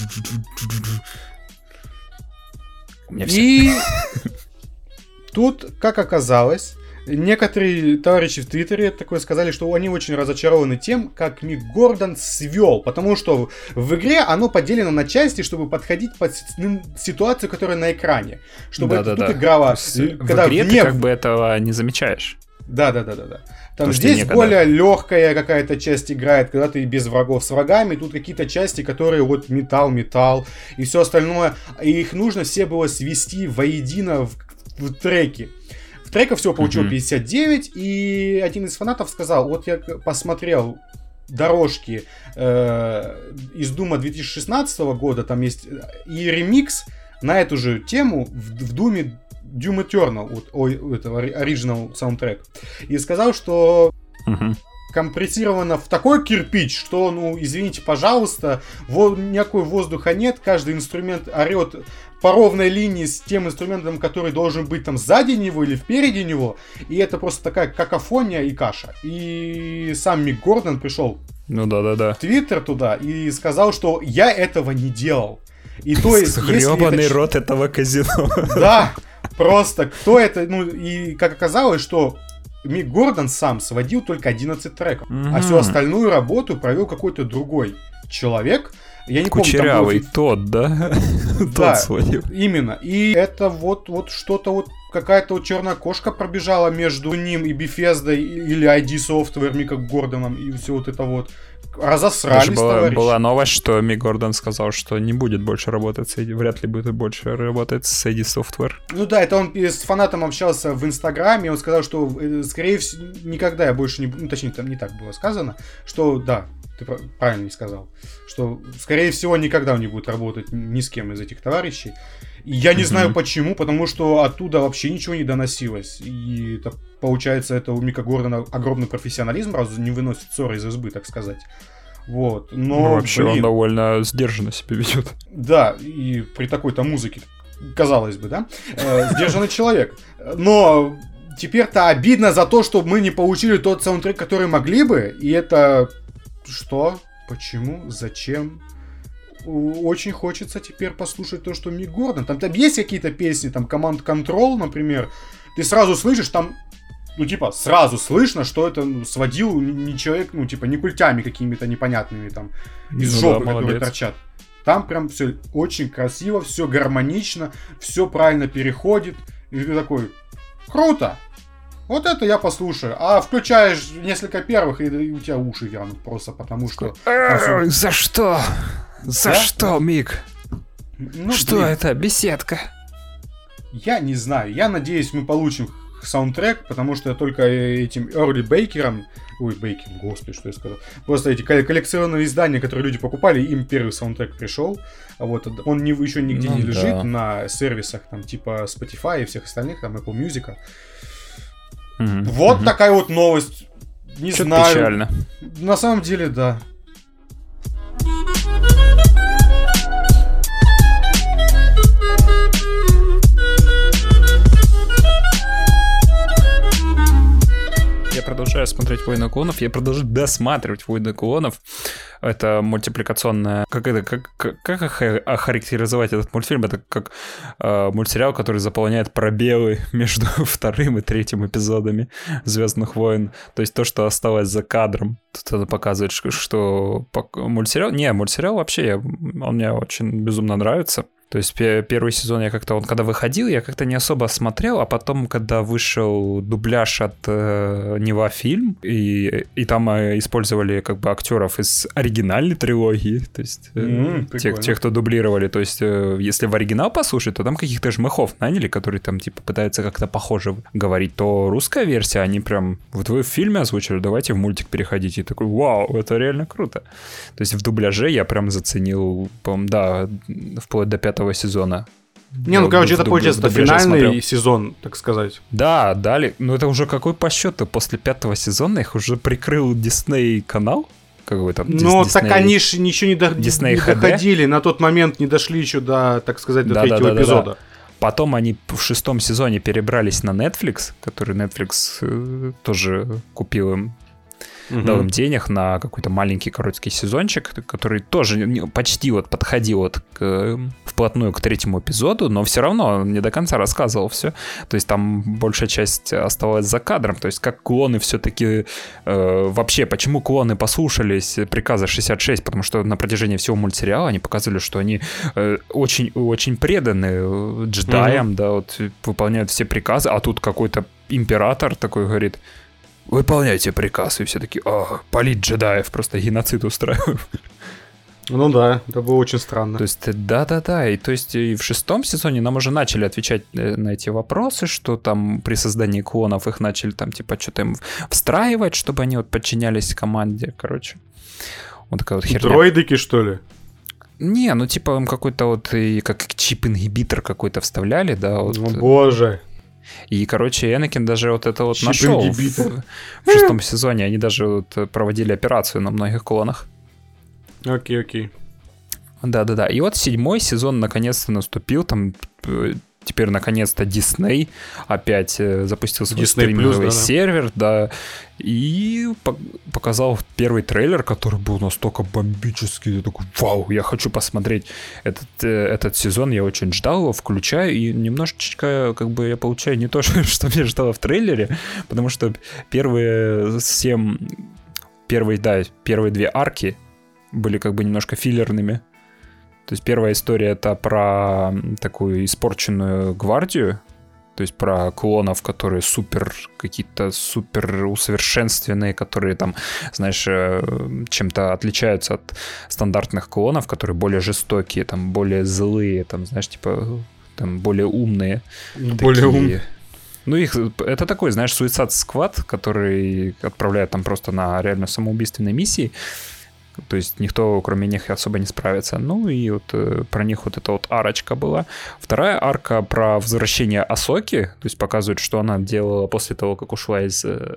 Speaker 1: У меня все.
Speaker 2: И тут, как оказалось, некоторые товарищи в Твиттере такое сказали, что они очень разочарованы тем, как Мик Гордон свел, потому что в игре оно поделено на части, чтобы подходить под си- ну, ситуацию, которая на экране. Чтобы это
Speaker 1: Да-да-да.
Speaker 2: тут играла,
Speaker 1: То есть
Speaker 2: э,
Speaker 1: в
Speaker 2: когда
Speaker 1: игре
Speaker 2: вне...
Speaker 1: ты как бы этого не замечаешь.
Speaker 2: Да, да, да, да, да. Там
Speaker 1: Потому что
Speaker 2: здесь
Speaker 1: некогда.
Speaker 2: более легкая какая-то часть играет, когда ты без врагов с врагами. Тут какие-то части, которые вот металл, металл и все остальное. И их нужно все было свести воедино в, в треки. В треках всего получил
Speaker 1: Мгм.
Speaker 2: пятьдесят девять, и один из фанатов сказал, вот я к- посмотрел дорожки э, из Дума две тысячи шестнадцатого года, там есть э, и ремикс на эту же тему в, в Думе Doom Eternal, вот, ой, этого оригинал саундтрек. И сказал, что
Speaker 1: Мгм.
Speaker 2: компрессировано в такой кирпич, что, ну, извините, пожалуйста, во- никакой воздуха нет, каждый инструмент орет по ровной линии с тем инструментом, который должен быть там сзади него или впереди него, и это просто такая какофония и каша. И сам Мик Гордон пришел
Speaker 1: Ну да-да-да.
Speaker 2: в Твиттер туда и сказал, что я этого не делал. И то есть, если
Speaker 1: Грёбаный
Speaker 2: это ч-
Speaker 1: рот этого казино.
Speaker 2: Да, просто кто это, ну, и как оказалось, что Мик Гордон сам сводил только одиннадцать треков, а
Speaker 1: Мгм.
Speaker 2: всю остальную работу провел какой-то другой человек. Я не
Speaker 1: Кучерявый
Speaker 2: помню, там
Speaker 1: тот, да?
Speaker 2: Да.
Speaker 1: Тот сводил.
Speaker 2: был... Именно. И это вот, вот что-то вот, какая-то вот черная кошка пробежала между ним и Bethesda или ай ди Software, Миком Гордоном, и все вот это вот.
Speaker 1: Даже
Speaker 2: Разосрались,
Speaker 1: была,
Speaker 2: товарищи.
Speaker 1: была новость, что Мик Гордон сказал, что не будет больше работать с эй ди, вряд ли будет больше работать с эй ди Software.
Speaker 2: Ну да, это он с фанатом общался в Инстаграме, он сказал, что, э, скорее всего, никогда я больше не... Ну, точнее, там не так было сказано, что, да, ты правильно не сказал, что, скорее всего, никогда он не будет работать ни с кем из этих товарищей. И я не mm-hmm. знаю почему, потому что оттуда вообще ничего не доносилось. И это, получается, это у Мика Гордона огромный профессионализм, раз не выносит ссоры из избы, так сказать. Вот, но,
Speaker 1: ну, вообще
Speaker 2: блин,
Speaker 1: он довольно сдержанно себя ведет.
Speaker 2: Да, и при такой-то музыке, казалось бы, да, э, сдержанный человек. Но теперь-то обидно за то, что мы не получили тот саундтрек, который могли бы, и это что? Почему? Зачем? Очень хочется теперь послушать то, что Мик Гордон. Там, там есть какие-то песни, там Command Control, например. Ты сразу слышишь, там, ну, типа, сразу слышно, что это ну, сводил не человек, ну, типа, не культями какими-то непонятными, там, из
Speaker 1: ну,
Speaker 2: жопы,
Speaker 1: да,
Speaker 2: которые
Speaker 1: молодец.
Speaker 2: торчат. Там прям все очень красиво, все гармонично, все правильно переходит. И ты такой, круто! Вот это я послушаю. А включаешь несколько первых, и, и у тебя уши вянут просто, потому что...
Speaker 1: Эй, за что? За
Speaker 2: Да?
Speaker 1: что, Мик?
Speaker 2: Ну,
Speaker 1: что
Speaker 2: блин,
Speaker 1: это? Беседка?
Speaker 2: я не знаю. Я надеюсь, мы получим саундтрек, потому что только этим early бейкерам... Ой, бейкер, господи, что я сказал. Просто эти коллекционные издания, которые люди покупали, им первый саундтрек пришел. А вот он не, еще нигде
Speaker 1: Ну,
Speaker 2: не лежит
Speaker 1: да.
Speaker 2: на сервисах, там, типа Spotify и всех остальных, там, Apple Music.
Speaker 1: Угу,
Speaker 2: Вот
Speaker 1: угу.
Speaker 2: такая вот новость. Не
Speaker 1: Чё-то
Speaker 2: знаю.
Speaker 1: печально.
Speaker 2: На самом деле, да.
Speaker 1: Я продолжаю смотреть «Войны клонов», я продолжаю досматривать «Войны клонов». Это мультипликационная... Как это... Как, как, как охарактеризовать этот мультфильм? Это как э, мультсериал, который заполняет пробелы между вторым и третьим эпизодами «Звездных войн». То есть то, что осталось за кадром. Тут это показывает, что, что мультсериал... Не, мультсериал вообще, я, он мне очень безумно нравится. То есть первый сезон я как-то, он когда выходил, я как-то не особо смотрел, а потом, когда вышел дубляж от э, Нева фильм, и, и там э, использовали как бы актеров из оригинальной трилогии, то есть э,
Speaker 2: Mm,
Speaker 1: те, те, кто дублировали, то есть э, если в оригинал послушать, то там каких-то жмыхов наняли, которые там типа пытаются как-то похоже говорить, то русская версия, они прям, вот вы в фильме озвучили, давайте в мультик переходите, и такой, вау, это реально круто. То есть в дубляже я прям заценил, по-моему, да, вплоть до пятого сезона.
Speaker 2: Не, ну, короче, это,
Speaker 1: дуб-
Speaker 2: получается, финальный
Speaker 1: смотрел.
Speaker 2: сезон, так сказать.
Speaker 1: Да, дали. Ну, это уже какой по счету? После пятого сезона их уже прикрыл Дисней канал? Какой там?
Speaker 2: Ну,
Speaker 1: Disney...
Speaker 2: так они же ничего не, до... не доходили. На тот момент не дошли еще до, так сказать, до да, третьего да, да, эпизода. Да, да.
Speaker 1: Потом они в шестом сезоне перебрались на Netflix, который Netflix э, тоже купил им. Угу. Дал им денег на какой-то маленький короткий сезончик, который тоже почти вот подходил вот к, вплотную к третьему эпизоду, но все равно он не до конца рассказывал все. То есть там большая часть оставалась за кадром. То есть как клоны все-таки... Э, вообще, почему клоны послушались приказа шестьдесят шесть? Потому что на протяжении всего мультсериала они показывали, что они э, очень, очень преданы джедаям, угу. да, вот выполняют все приказы, а тут какой-то император такой говорит... Выполняйте приказ, и все таки о, палить джедаев, просто геноцид устраиваем.
Speaker 2: Ну да, это было очень странно.
Speaker 1: То есть, да-да-да, и то есть и в шестом сезоне нам уже начали отвечать на эти вопросы, что там при создании клонов их начали там типа что-то им встраивать, чтобы они вот подчинялись команде, короче. Вот такая вот херня.
Speaker 2: Дроидики, что ли?
Speaker 1: Не, ну типа им какой-то вот и как чип-ингибитор какой-то вставляли, да. Вот.
Speaker 2: О боже.
Speaker 1: И, короче, Энакин даже вот это вот нашел в, в шестом сезоне. Они даже вот проводили операцию на многих клонах.
Speaker 2: Окей, окей.
Speaker 1: Да-да-да. И вот седьмой сезон наконец-то наступил. Там теперь наконец-то Дисней опять запустил свой Disney стриминговый Plus, да, сервер, да, и по- показал первый трейлер, который был настолько бомбический. Я такой, вау, я хочу посмотреть этот, этот сезон, я очень ждал его, включаю, и немножечко, как бы, я получаю не то, что мне ждало в трейлере, потому что первые семь, первые, да, первые две арки были как бы немножко филлерными. То есть первая история — это про такую испорченную гвардию, то есть про клонов, которые супер, какие-то супер усовершенствованные, которые там, знаешь, чем-то отличаются от стандартных клонов, которые более жестокие, там, более злые, там, знаешь, типа, там, более умные.
Speaker 2: Более умные.
Speaker 1: Ну, их, это такой, знаешь, Suicide Squad, который отправляет там просто на реально самоубийственные миссии. То есть никто, кроме них, особо не справится. Ну и вот э, про них вот эта вот арочка была. Вторая арка про возвращение Асоки. То есть показывает, что она делала после того, как ушла из э,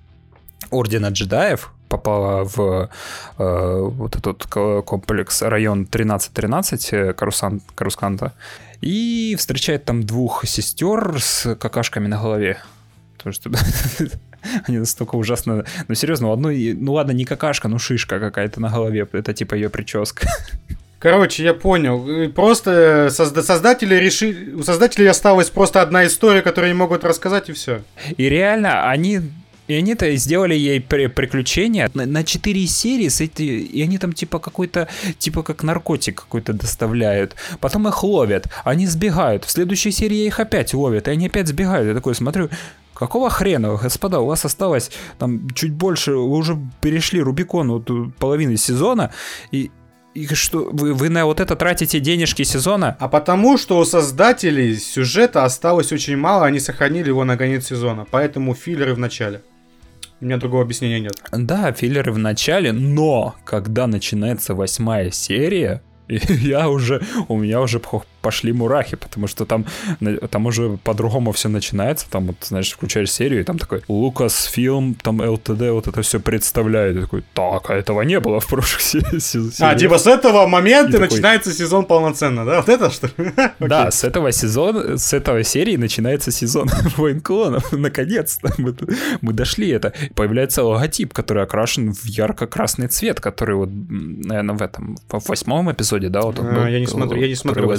Speaker 1: Ордена джедаев. Попала в э, вот этот комплекс район тринадцать тринадцать Карусан, Карусканта. И встречает там двух сестер с какашками на голове. Потому что они настолько ужасно... Ну, серьезно, у одной... Ну, ладно, не какашка, ну, шишка какая-то на голове. Это типа ее прическа.
Speaker 2: Короче, я понял. Просто созда- создатели решили... У создателей осталась просто одна история, которую они могут рассказать, и все.
Speaker 1: И реально, они... И они-то сделали ей при- приключения на, на четыре серии, с эти, и они там типа какой-то, типа как наркотик какой-то доставляют. Потом их ловят, они сбегают. В следующей серии их опять ловят, и они опять сбегают. Я такой смотрю, какого хрена, господа, у вас осталось там чуть больше, вы уже перешли Рубикон вот, половины сезона, и... И что, вы, вы на вот это тратите денежки сезона?
Speaker 2: А потому, что у создателей сюжета осталось очень мало, они сохранили его на конец сезона. Поэтому филлеры в начале. У меня другого объяснения нет.
Speaker 1: Да, филлеры в начале, но когда начинается восьмая серия, я уже, у меня уже пошли мурахи, потому что там, там уже по-другому все начинается, там вот, знаешь, включаешь серию, и там такой Lucasfilm, там эл ти ди, вот это все представляет, и такой, так, а этого не было в прошлых сериях.
Speaker 2: А, типа с этого момента и начинается такой... сезон полноценно, да? Вот это что ли?
Speaker 1: Да, с этого сезона, с этого серии начинается сезон Войн клонов, наконец-то мы, мы дошли это. Появляется логотип, который окрашен в ярко-красный цвет, который вот, наверное, в этом, в восьмом эпизоде, да, вот он был,
Speaker 2: а, я не смотрю, я не смотрю.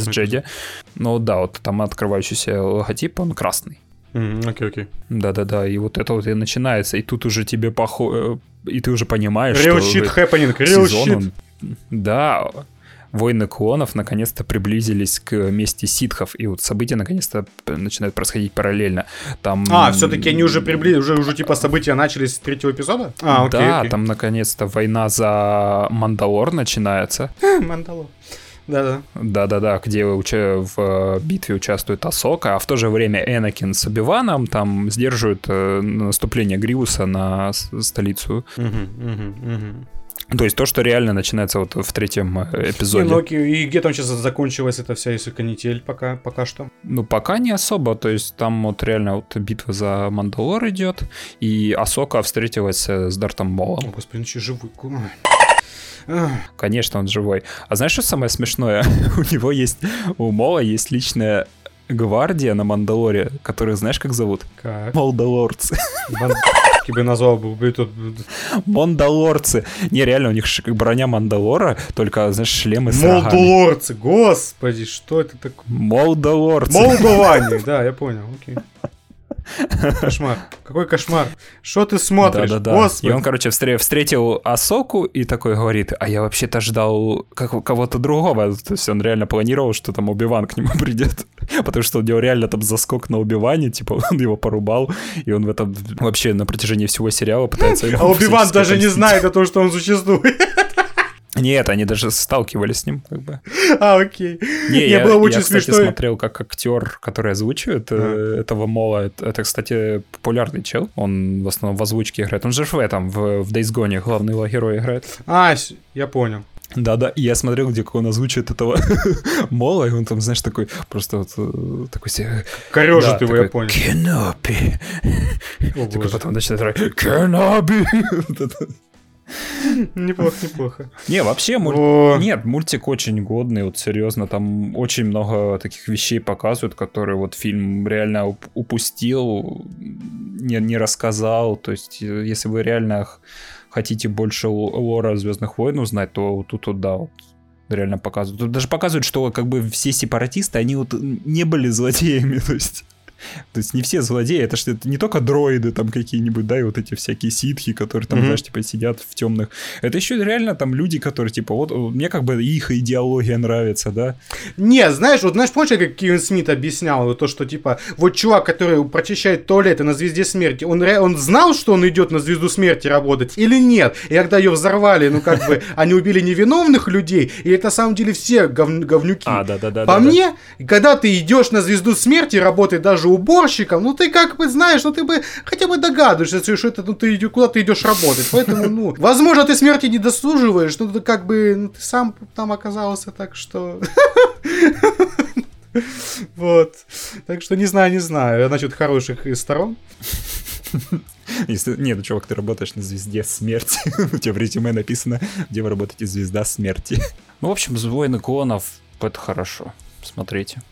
Speaker 1: Ну да, вот там открывающийся логотип, он красный.
Speaker 2: Окей, mm, окей. Okay, okay.
Speaker 1: Да-да-да, и вот это вот и начинается, и тут уже тебе похоже, и ты уже понимаешь,
Speaker 2: real
Speaker 1: что...
Speaker 2: Real shit happening, real shit.
Speaker 1: Он... Да, войны клонов наконец-то приблизились к мести ситхов, и вот события наконец-то начинают происходить параллельно. Там...
Speaker 2: А, все-таки они уже приблизились, уже, уже типа события начались с третьего эпизода? А, окей,
Speaker 1: да,
Speaker 2: окей.
Speaker 1: Там наконец-то война за Мандалор начинается.
Speaker 2: Мандалор. Да-да.
Speaker 1: Да-да-да, где уча- в битве участвует Асока, а в то же время Энакин с Оби-Ваном там сдерживают э, наступление Гривуса на с- столицу.
Speaker 2: Угу, угу, угу.
Speaker 1: То есть то, что реально начинается вот в третьем эпизоде.
Speaker 2: Не, ну, окей. И где там сейчас закончилась эта вся канитель пока, пока что?
Speaker 1: Ну, пока не особо, то есть там вот реально вот битва за Мандалор идет, и Асока встретилась с Дартом Молом.
Speaker 2: О, господи, он еще живой.
Speaker 1: Конечно, он живой. А знаешь, что самое смешное? У него есть, у Мола есть личная гвардия на Мандалоре, которую знаешь, как зовут?
Speaker 2: Как?
Speaker 1: Молдалорцы.
Speaker 2: Бы назвал бы тут...
Speaker 1: Мандалорцы. Не, реально, у них броня Мандалора, только, знаешь, шлемы с рогами.
Speaker 2: Молдалорцы, господи, что это такое?
Speaker 1: Молдалорцы.
Speaker 2: Молдаване, да, я понял, окей. Кошмар. Какой кошмар. Что ты смотришь?
Speaker 1: Да-да-да.
Speaker 2: Господи.
Speaker 1: И он, короче, встретил Асоку и такой говорит, а я вообще-то ждал как- кого-то другого. То есть он реально планировал, что там Оби-Ван к нему придет. Потому что у него реально там заскок на Оби-Ване, типа он его порубал, и он в этом вообще на протяжении всего сериала пытается...
Speaker 2: А Оби-Ван даже не знает о том, что он существует.
Speaker 1: Нет, они даже сталкивались с ним, как бы.
Speaker 2: А, окей.
Speaker 1: Не,
Speaker 2: Не,
Speaker 1: я,
Speaker 2: было очень
Speaker 1: я, кстати,
Speaker 2: смешно.
Speaker 1: смотрел, как актер, который озвучивает а. э, этого Мола. Это, это, кстати, популярный чел. Он в основном в озвучке играет. Он же в этом, в, в Days Gone главного героя играет.
Speaker 2: А, я понял.
Speaker 1: Да-да, и я смотрел, где он озвучивает этого Мола, и он там, знаешь, такой, просто вот такой себе...
Speaker 2: Корёжит да, его, такой, я понял.
Speaker 1: Кенопи. Такой потом начинает говорить, Кенопи.
Speaker 2: Неплохо, неплохо.
Speaker 1: Не, вообще, муль... нет, мультик очень годный, вот серьезно, там очень много таких вещей показывают, которые вот фильм реально упустил, не, не рассказал, то есть если вы реально хотите больше лора Звездных войн узнать, то тут вот, да, вот, реально показывают. Тут даже показывают, что как бы все сепаратисты, они вот не были злодеями, то есть... То есть не все злодеи, это же не только дроиды там какие-нибудь, да, и вот эти всякие ситхи, которые там, mm-hmm. знаешь, типа сидят в темных. Это еще реально там люди, которые, типа, вот мне как бы их идеология нравится, да.
Speaker 2: Не, знаешь, вот знаешь, помнишь, как Кевин Смит объяснял вот то, что типа вот чувак, который прочищает туалеты на Звезде Смерти, он, он знал, что он идет на Звезду Смерти работать или нет? И когда ее взорвали, ну как бы они убили невиновных людей, и это на самом деле все гов, говнюки.
Speaker 1: А, да, да, да.
Speaker 2: По
Speaker 1: да,
Speaker 2: мне,
Speaker 1: да.
Speaker 2: когда ты идешь на Звезду Смерти работать, даже уборщиком, ну ты как бы знаешь, ну ты бы хотя бы догадываешься, что это, ну ты идешь, куда ты идешь работать. Поэтому, ну, возможно, ты смерти не дослуживаешь, но ты как бы, ну, ты сам там оказался, так что... Вот. Так что не знаю, не знаю. Насчет хороших сторон.
Speaker 1: Если... Нет, ну, чувак, ты работаешь на звезде смерти. У тебя в резюме написано, где вы работаете, звезда смерти. Ну, в общем, «Войны клонов» — это хорошо. Смотрите.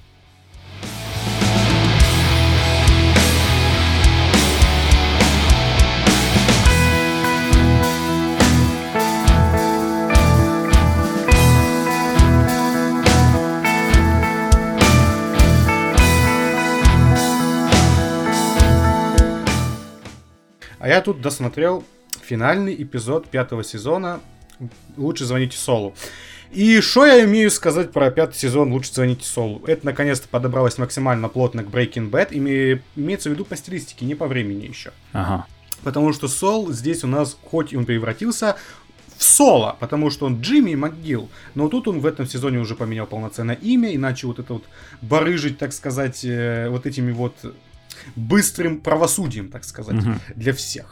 Speaker 2: А я тут досмотрел финальный эпизод пятого сезона «Лучше звоните Солу». И что я имею сказать про пятый сезон «Лучше звоните Солу»? Это наконец-то подобралось максимально плотно к Breaking Bad, име... имеется в виду по стилистике, не по времени еще.
Speaker 1: Ага.
Speaker 2: Потому что Сол здесь у нас, хоть и он превратился в Соло, потому что он Джимми МcGill, но тут он в этом сезоне уже поменял полноценное имя, иначе вот это вот барыжить, так сказать, вот этими вот... быстрым правосудием, так сказать, uh-huh. для всех.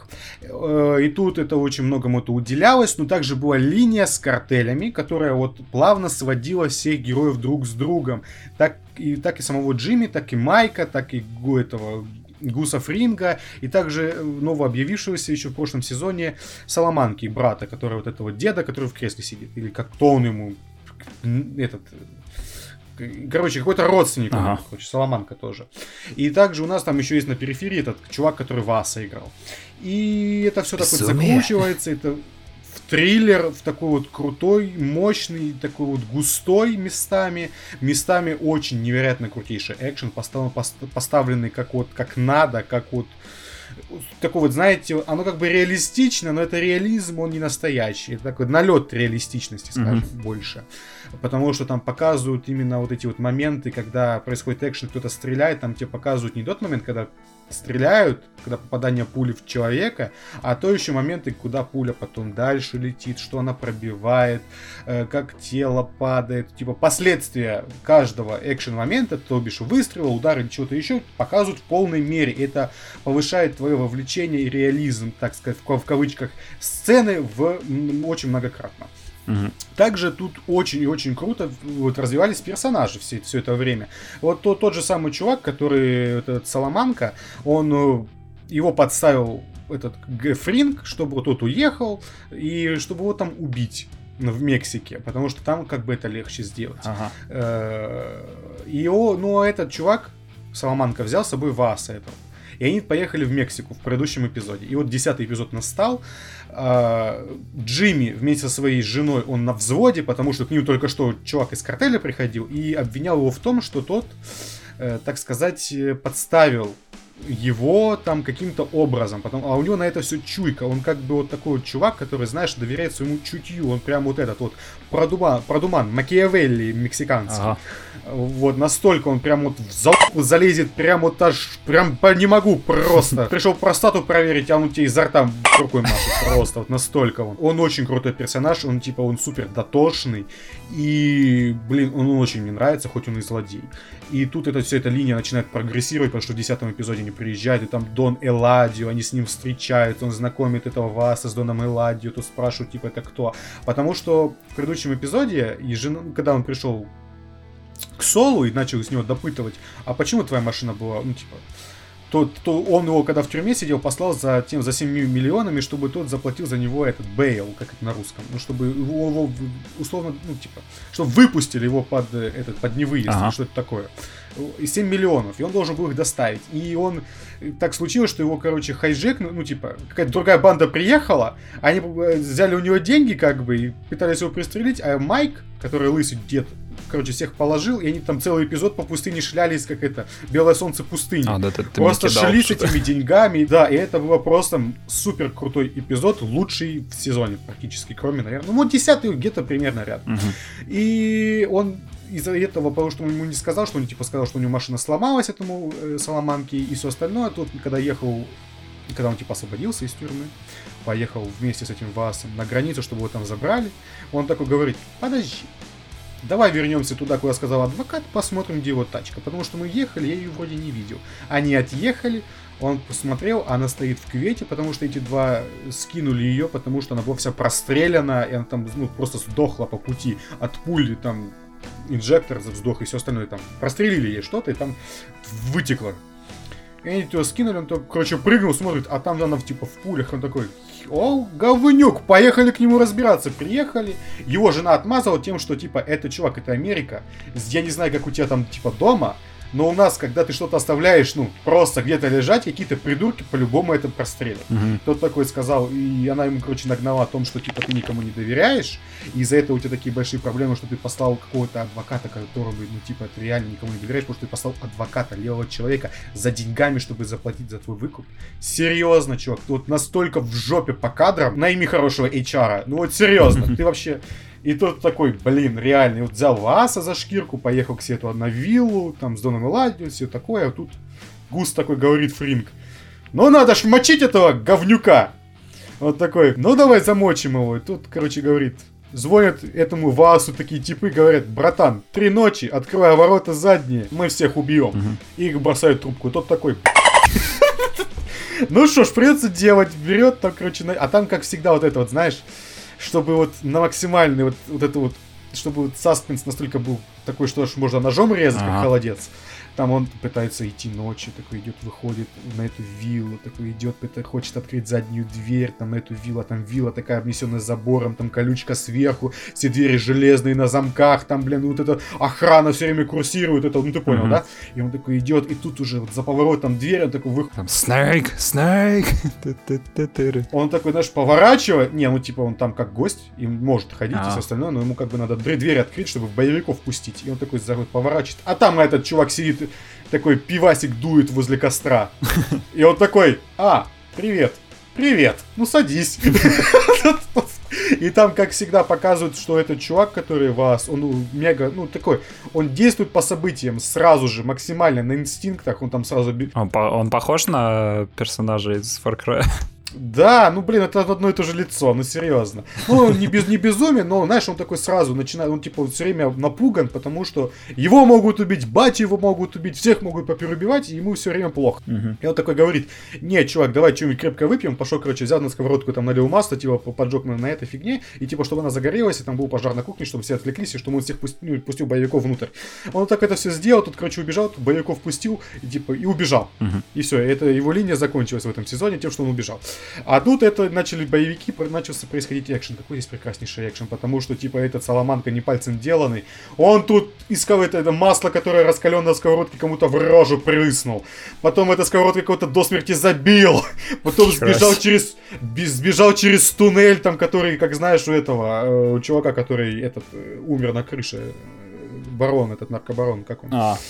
Speaker 2: И тут это очень многому это уделялось, но также была линия с картелями, которая вот плавно сводила всех героев друг с другом. Так и, так и самого Джимми, так и Майка, так и этого Гуса Фринга, и также новообъявившегося еще в прошлом сезоне Саламанки, брата, который вот этого деда, который в кресле сидит, или как-то он ему этот... Короче, какой-то родственник, ага. он, Саламанка тоже. И также у нас там еще есть на периферии этот чувак, который Васа играл. И это все так вот закручивается, это в триллер, в такой вот крутой, мощный, такой вот густой местами, местами очень невероятно крутейший экшен, поставлен, поставленный как вот, как надо, как вот такой вот, знаете, оно как бы реалистично, но это реализм, он не настоящий. Это такой налет реалистичности, скажем, mm-hmm. больше. Потому что там показывают именно вот эти вот моменты, когда происходит экшен, кто-то стреляет, там тебе показывают не тот момент, когда стреляют, когда попадание пули в человека, а то еще моменты, куда пуля потом дальше летит, что она пробивает, э, как тело падает, типа последствия каждого экшен-момента, то бишь выстрела, удара или чего-то еще, показывают в полной мере. Это повышает твое вовлечение и реализм, так сказать, в, в кавычках, сцены в м, очень многократно. Угу. Также тут очень и очень круто вот, развивались персонажи все, все это время. Вот то, тот же самый чувак, который, этот Саламанка, он его подставил этот Фринг, чтобы тот уехал, и чтобы его там убить в Мексике, потому что там как бы это легче сделать. Ага. И он, ну, этот чувак, Саламанка, взял с собой Васа этого. И они поехали в Мексику в предыдущем эпизоде. И вот десятый эпизод настал. Джимми вместе со своей женой, он на взводе, потому что к нему только что чувак из картеля приходил и обвинял его в том, что тот, так сказать, подставил его там каким-то образом, потом, а у него на это все чуйка, он как бы вот такой вот чувак, который, знаешь, доверяет своему чутью, он прям вот этот вот продуман, продуман Макиавелли мексиканский, ага. Вот настолько он прям вот в залупу залезет, прям вот аж, прям не могу просто, пришел простату проверить, а он тебе изо рта рукой машет, просто вот настолько он, он очень крутой персонаж, он типа, он супер дотошный, и, блин, он очень мне нравится, хоть он и злодей, и тут это все эта линия начинает прогрессировать, потому что в десятом эпизоде они приезжают, и там Дон Эладио, они с ним встречаются, он знакомит этого Васа с Доном Эладио, тут спрашивают, типа, это кто? Потому что в предыдущем эпизоде, и жена, когда он пришел к Солу и начал с него допытывать, а почему твоя машина была, ну, типа, то, то он его, когда в тюрьме сидел, послал за тем, за семью миллионами, чтобы тот заплатил за него этот бейл, как это на русском, ну, чтобы его, его условно, ну, типа, чтобы выпустили его под этот, под невыезд, ага. Что это такое. И семь миллионов, и он должен был их доставить. И он, так случилось, что его, короче, хайджек, ну, ну типа, какая-то другая банда приехала, они взяли у него деньги, как бы, и пытались его пристрелить, а Майк, который лысый дед, короче, всех положил, и они там целый эпизод по пустыне шлялись, как это, белое солнце пустыни. А, да, ты, ты просто шли с этими деньгами, да, и это было просто супер крутой эпизод, лучший в сезоне практически, кроме, наверное, ну, вот десятый где-то примерно рядом. Угу. И он из-за этого, потому что он ему не сказал, что он типа сказал, что у него машина сломалась этому э, Саламанке и все остальное. Тут, когда ехал, когда он типа освободился из тюрьмы, поехал вместе с этим Васом на границу, чтобы его там забрали, он такой говорит: подожди, давай вернемся туда, куда сказал адвокат, посмотрим, где его тачка. Потому что мы ехали, я ее вроде не видел. Они отъехали, он посмотрел, она стоит в кювете, потому что эти два скинули ее, потому что она была вся прострелена, и она там ну, просто сдохла по пути от пули, там инжектор вздох и все остальное. Там прострелили ей что-то, и там вытекло. И они его скинули, он, то, короче, прыгнул, смотрит, а там она типа в пулях, он такой, о, говнюк, поехали к нему разбираться. Приехали, его жена отмазала тем, что типа, это, чувак, это Америка, я не знаю, как у тебя там типа дома, но у нас, когда ты что-то оставляешь, ну, просто где-то лежать, какие-то придурки по-любому это прострелят. Uh-huh. Тот такой сказал, и она ему, короче, нагнала о том, что, типа, ты никому не доверяешь, и из-за этого у тебя такие большие проблемы, что ты послал какого-то адвоката, которому, ну, типа, ты реально никому не доверяешь, потому что ты послал адвоката, левого человека, за деньгами, чтобы заплатить за твой выкуп. Серьезно, чувак, ты вот настолько в жопе по кадрам, найми хорошего эйч ар, ну, вот серьезно, ты вообще... И тот такой, блин, реально, вот взял Вааса за шкирку, поехал к Свету на виллу, там, с Доном Эладио, все такое, а тут Гус такой говорит Фринг, ну надо ж мочить этого говнюка. Вот такой, ну давай замочим его. И тут, короче, говорит, звонят этому Ваасу такие типы, говорят, братан, три ночи, открывай ворота задние, мы всех убьем. Угу. И их бросают трубку. Тот такой... Ну что ж, придется делать, берет там, короче, а там, как всегда, вот это вот, знаешь... Чтобы вот на максимальный вот, вот это вот, чтобы вот саспенс настолько был такой, что аж можно ножом резать, ага. как холодец. Там он пытается идти ночью, такой идет, выходит на эту виллу, такой идет, хочет открыть заднюю дверь, там на эту виллу, там вилла такая обнесенная забором, там колючка сверху, все двери железные на замках, там, блин, вот эта охрана все время курсирует, это, ну ты понял, uh-huh. да? И он такой идет, и тут уже вот за поворотом двери, он такой выходит.
Speaker 1: Там Снейк, Снейк.
Speaker 2: Он такой, знаешь, поворачивает, не, ну типа он там как гость, и может ходить uh-huh. и все остальное, но ему как бы надо дверь открыть, чтобы боевиков пустить. И он такой заходит, поворачивает, а там этот чувак сидит, такой пивасик дует возле костра. И он такой, а, привет, привет, ну садись. И там, как всегда, показывают, что этот чувак, который вас, он ну, мега, ну такой, он действует по событиям сразу же, максимально на инстинктах, он там сразу...
Speaker 1: Он, по- он похож на персонажа из Far Cry?
Speaker 2: Да, ну блин, это одно и то же лицо, ну серьезно. Ну, не, без, не безумие, но, знаешь, он такой сразу начинает, он типа все время напуган, потому что его могут убить, батю его могут убить, всех могут попереубивать, и ему все время плохо. Uh-huh. И он такой говорит, нет, чувак, давай что-нибудь крепко выпьем, пошел, короче, взял на сковородку, там налил масло, типа поджег на, на этой фигне, и типа, чтобы она загорелась, и там был пожар на кухне, чтобы все отвлеклись, и чтобы он всех пусти, ну, пустил боевиков внутрь. Он так это все сделал, тут, короче, убежал, тут боевиков пустил, и типа, и убежал. Uh-huh. И все, это его линия закончилась в этом сезоне тем, что он убежал. А тут это начали боевики, начался происходить экшен. Какой здесь прекраснейший экшен, потому что, типа, этот Саламанка не пальцем деланный. Он тут искал это, это масло, которое раскаленное на сковородке, кому-то в рожу прыснул. Потом эта сковородка кого-то до смерти забил. Потом сбежал через, сбежал через туннель, там, который, как знаешь, у этого, у чувака, который этот, умер на крыше. Барон, этот наркобарон, как он? А.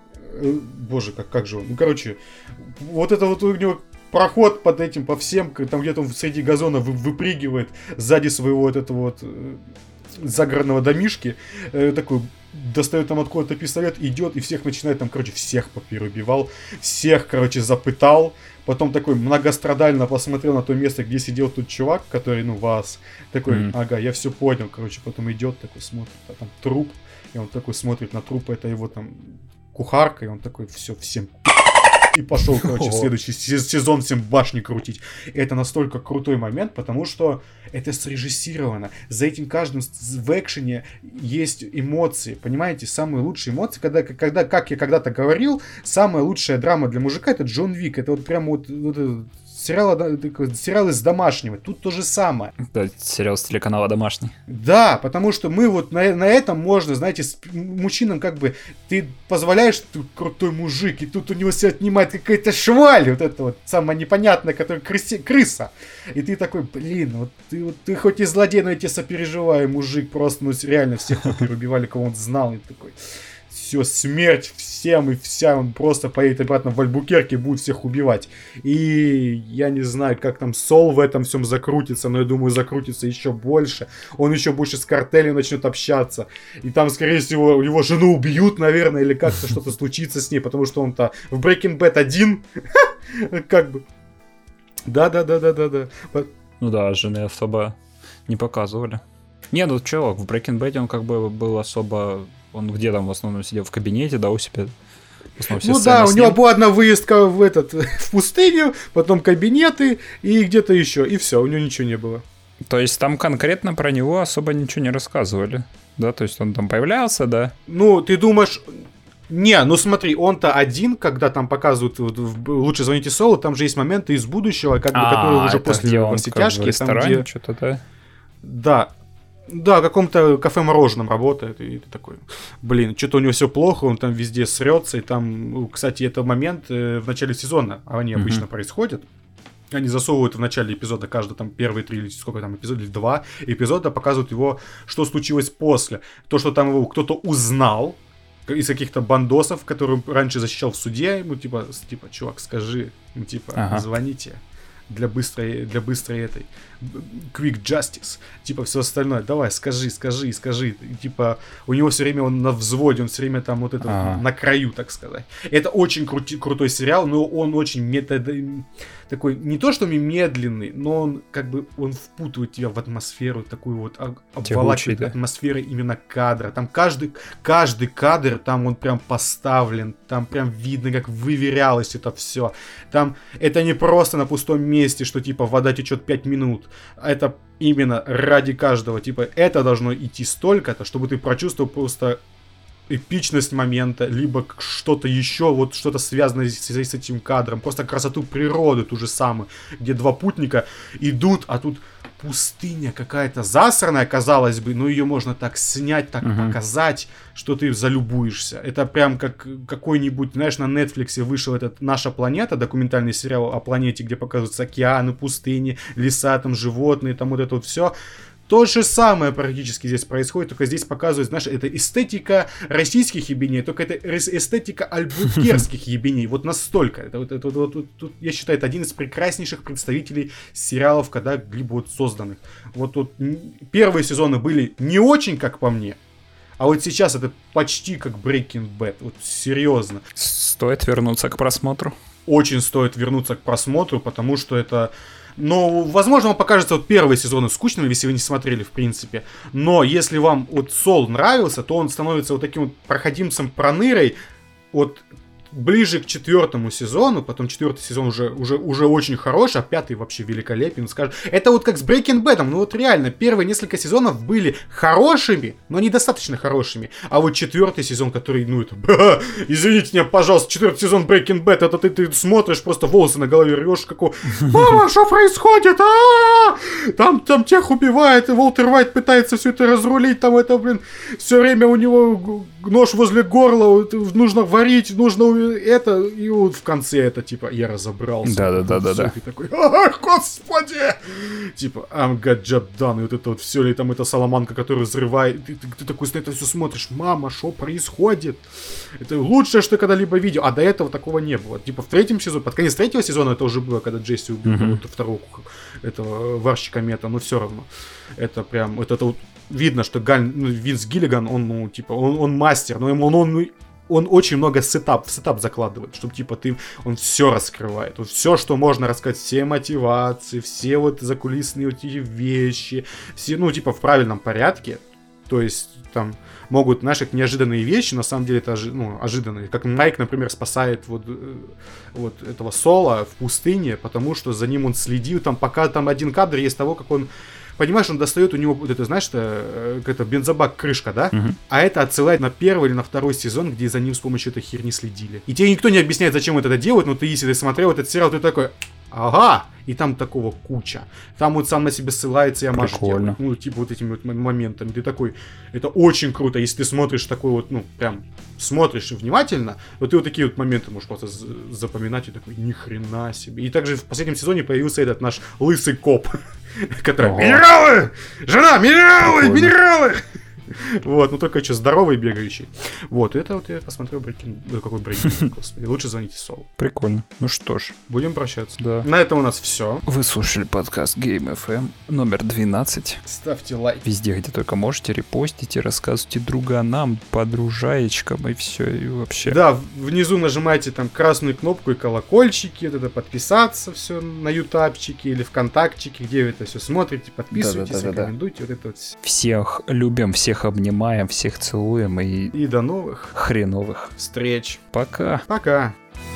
Speaker 2: Боже, как, как же он? Ну, короче, вот это вот у него... Проход под этим, по всем, там где-то он среди газона вы, выпрыгивает сзади своего вот этого вот э, загородного домишки, э, такой достает там откуда-то пистолет, идет и всех начинает там, короче, всех попереубивал, всех, короче, запытал, потом такой многострадально посмотрел на то место, где сидел тот чувак, который, ну, вас, такой, mm-hmm. ага, я все понял, короче, потом идет, такой смотрит, а там труп, и он такой смотрит на труп, это его там кухарка, и он такой, все, всем... И пошел, короче, в следующий сезон всем башни крутить. Это настолько крутой момент, потому что это срежиссировано. За этим каждым в экшене есть эмоции. Понимаете, самые лучшие эмоции, когда, когда как я когда-то говорил, самая лучшая драма для мужика — это Джон Уик. Это вот прям вот... вот Сериал, сериал из домашнего. Тут то же самое.
Speaker 1: Да, сериал с телеканала «Домашний».
Speaker 2: Да, потому что мы вот на, на этом можно, знаете, с мужчинам как бы... Ты позволяешь, ты крутой мужик, и тут у него все отнимает какая-то шваль, вот это вот самая непонятная, которая крыси, крыса. И ты такой, блин, вот ты, вот ты хоть и злодей, но я тебе сопереживаю, мужик, просто, ну реально всех переубивали, кого он знал, и такой... Все, смерть всем и вся, он просто поедет обратно в Альбукерке, будет всех убивать. И я не знаю, как там Сол в этом всем закрутится, но я думаю, закрутится еще больше. Он еще больше с картелем начнет общаться. И там, скорее всего, его жену убьют, наверное, или как-то что-то случится с ней, потому что он-то в Breaking Bad один. Как бы. Да-да-да-да-да-да.
Speaker 1: Ну да, жены особо не показывали. Не, ну чувак, в Breaking Bad он как бы был особо... Он где там в основном сидел? В кабинете, да, у себя?
Speaker 2: Ну да, у него была одна выездка в этот в пустыню, потом кабинеты и где-то еще, и все, у него ничего не было.
Speaker 1: То есть там конкретно про него особо ничего не рассказывали, да? То есть он там появлялся, да?
Speaker 2: Ну, ты думаешь... Не, ну смотри, он-то один, когда там показывают вот, в «Лучше звоните Солу», там же есть моменты из будущего, как бы,
Speaker 1: а,
Speaker 2: которые уже после «Во все тяжкие».
Speaker 1: В ресторане
Speaker 2: там, где...
Speaker 1: что-то, да?
Speaker 2: Да. Да, в каком-то кафе-мороженом работает, и ты такой, блин, что-то у него все плохо, он там везде срется, и там, кстати, это момент э, в начале сезона, они mm-hmm. обычно происходят. Они засовывают в начале эпизода, каждый там первые три или сколько там эпизодов, или два эпизода, показывают его, что случилось после. То, что там его кто-то узнал из каких-то бандосов, которые раньше защищал в суде, ему типа, типа, чувак, скажи, ему типа, ага. звоните. Для быстрой, для быстрой этой quick justice, типа все остальное, давай, скажи, скажи, скажи, и, типа у него все время он на взводе, он все время там вот это
Speaker 1: А-а-а.
Speaker 2: на краю, так сказать. Это очень крути- крутой сериал, но он очень метод... такой, не то что медленный, но он как бы, он впутывает тебя в атмосферу, такую вот обволакивает да? атмосферу именно кадра. Там каждый, каждый кадр, там он прям поставлен, там прям видно, как выверялось это все. Там это не просто на пустом месте, что типа вода течет пять минут. Это именно ради каждого. Типа это должно идти столько-то, чтобы ты прочувствовал просто эпичность момента, либо что-то еще, вот что-то связанное с, с этим кадром. Просто красоту природы ту же самую, где два путника идут, а тут пустыня какая-то засранная, казалось бы, но ее можно так снять, так uh-huh. показать, что ты залюбуешься. Это прям как какой-нибудь, знаешь, на Netflix вышел этот «Наша планета», документальный сериал о планете, где показываются океаны, пустыни, леса, там животные, там вот это вот все. То же самое практически здесь происходит, только здесь показывают, знаешь, это эстетика российских ебеней, только это эстетика альбукерских ебеней, вот настолько. Это, вот, это, вот, вот, вот, я считаю, это один из прекраснейших представителей сериалов, когда-либо вот созданных. Вот, вот первые сезоны были не очень, как по мне, а вот сейчас это почти как Breaking Bad, вот серьезно.
Speaker 1: Стоит вернуться к просмотру?
Speaker 2: Очень стоит вернуться к просмотру, потому что это... Но, возможно, вам покажется вот первые сезоны скучными, если вы не смотрели, в принципе. Но если вам вот Сол нравился, то он становится вот таким вот проходимцем-пронырой вот ближе к четвертому сезону. Потом четвертый сезон уже, уже, уже очень хороший, а пятый вообще великолепен. Скажем. Это вот как с Breaking Bad. Ну вот реально, первые несколько сезонов были хорошими, но недостаточно хорошими. А вот четвертый сезон, который, ну это... Ба, извините меня, пожалуйста, четвертый сезон Breaking Bad, это ты, ты смотришь, просто волосы на голове рвешь, какого... Мама, что происходит? А-а-а! Там, там тех убивает, и Уолтер Уайт пытается все это разрулить, там это, блин, все время у него нож возле горла, нужно варить, нужно это, и вот в конце это, типа, я разобрался.
Speaker 1: Да-да-да-да-да.
Speaker 2: И такой, ах, господи! Типа, I'm got job done, и вот это вот все, или там эта Саламанка, которая взрывает, ты, ты, ты такой на это все смотришь, мама, что происходит? Это лучшее, что я когда-либо видел, а до этого такого не было. Типа, в третьем сезоне, под конец третьего сезона это уже было, когда Джесси убил mm-hmm. вот, второго этого варщика мета, но все равно. Это прям, вот это вот видно, что Галь, ну, Винс Гиллиган, он, ну, типа, он, он мастер, но он, он, он очень много сетап, сетап закладывает, чтобы, типа, ты, он все раскрывает, вот все, что можно рассказать, все мотивации, все вот закулисные вот эти вещи, все, ну, типа, в правильном порядке, то есть, там, могут, знаешь, как неожиданные вещи, на самом деле это ожи- ну, ожиданные, как Майк, например, спасает вот, вот этого Сола в пустыне, потому что за ним он следил, там, пока там один кадр есть того, как он, понимаешь, он достает, у него, вот это, знаешь, это, это бензобак, крышка, да? Uh-huh. А это отсылает на первый или на второй сезон, где за ним с помощью этой херни следили. И тебе никто не объясняет, зачем это делают, но ты, если ты смотрел этот сериал, ты такой, ага, и там такого куча. Там вот сам на себя ссылается и амаш делает. Ну, типа вот этими вот моментами. Ты такой, это очень круто. Если ты смотришь такой вот, ну, прям смотришь внимательно, то ты вот такие вот моменты можешь просто запоминать и такой, ни хрена себе. И также в последнем сезоне появился этот наш лысый коп, который, минералы! Жена, минералы, минералы! Вот, ну только что здоровый, бегающий. Вот, это вот я посмотрел Breaking... Ой, какой Breaking, господи. Лучше звоните Солу.
Speaker 1: Прикольно. Ну что ж.
Speaker 2: Будем прощаться.
Speaker 1: Да.
Speaker 2: На этом у нас все.
Speaker 1: Вы слушали подкаст Game эф эм номер двенадцать.
Speaker 2: Ставьте лайк.
Speaker 1: Везде, где только можете, репостите, рассказывайте друганам, подружаечкам и все, и вообще.
Speaker 2: Да, внизу нажимайте там красную кнопку и колокольчики, вот это подписаться все на ютубчике или вконтактике, где вы это все смотрите, подписывайтесь,
Speaker 1: Да-да-да-да-да.
Speaker 2: рекомендуйте, вот это вот. всё.
Speaker 1: Всех любим, всех обнимаем, всех целуем и
Speaker 2: И до новых
Speaker 1: хреновых.
Speaker 2: встреч.
Speaker 1: Пока.
Speaker 2: Пока.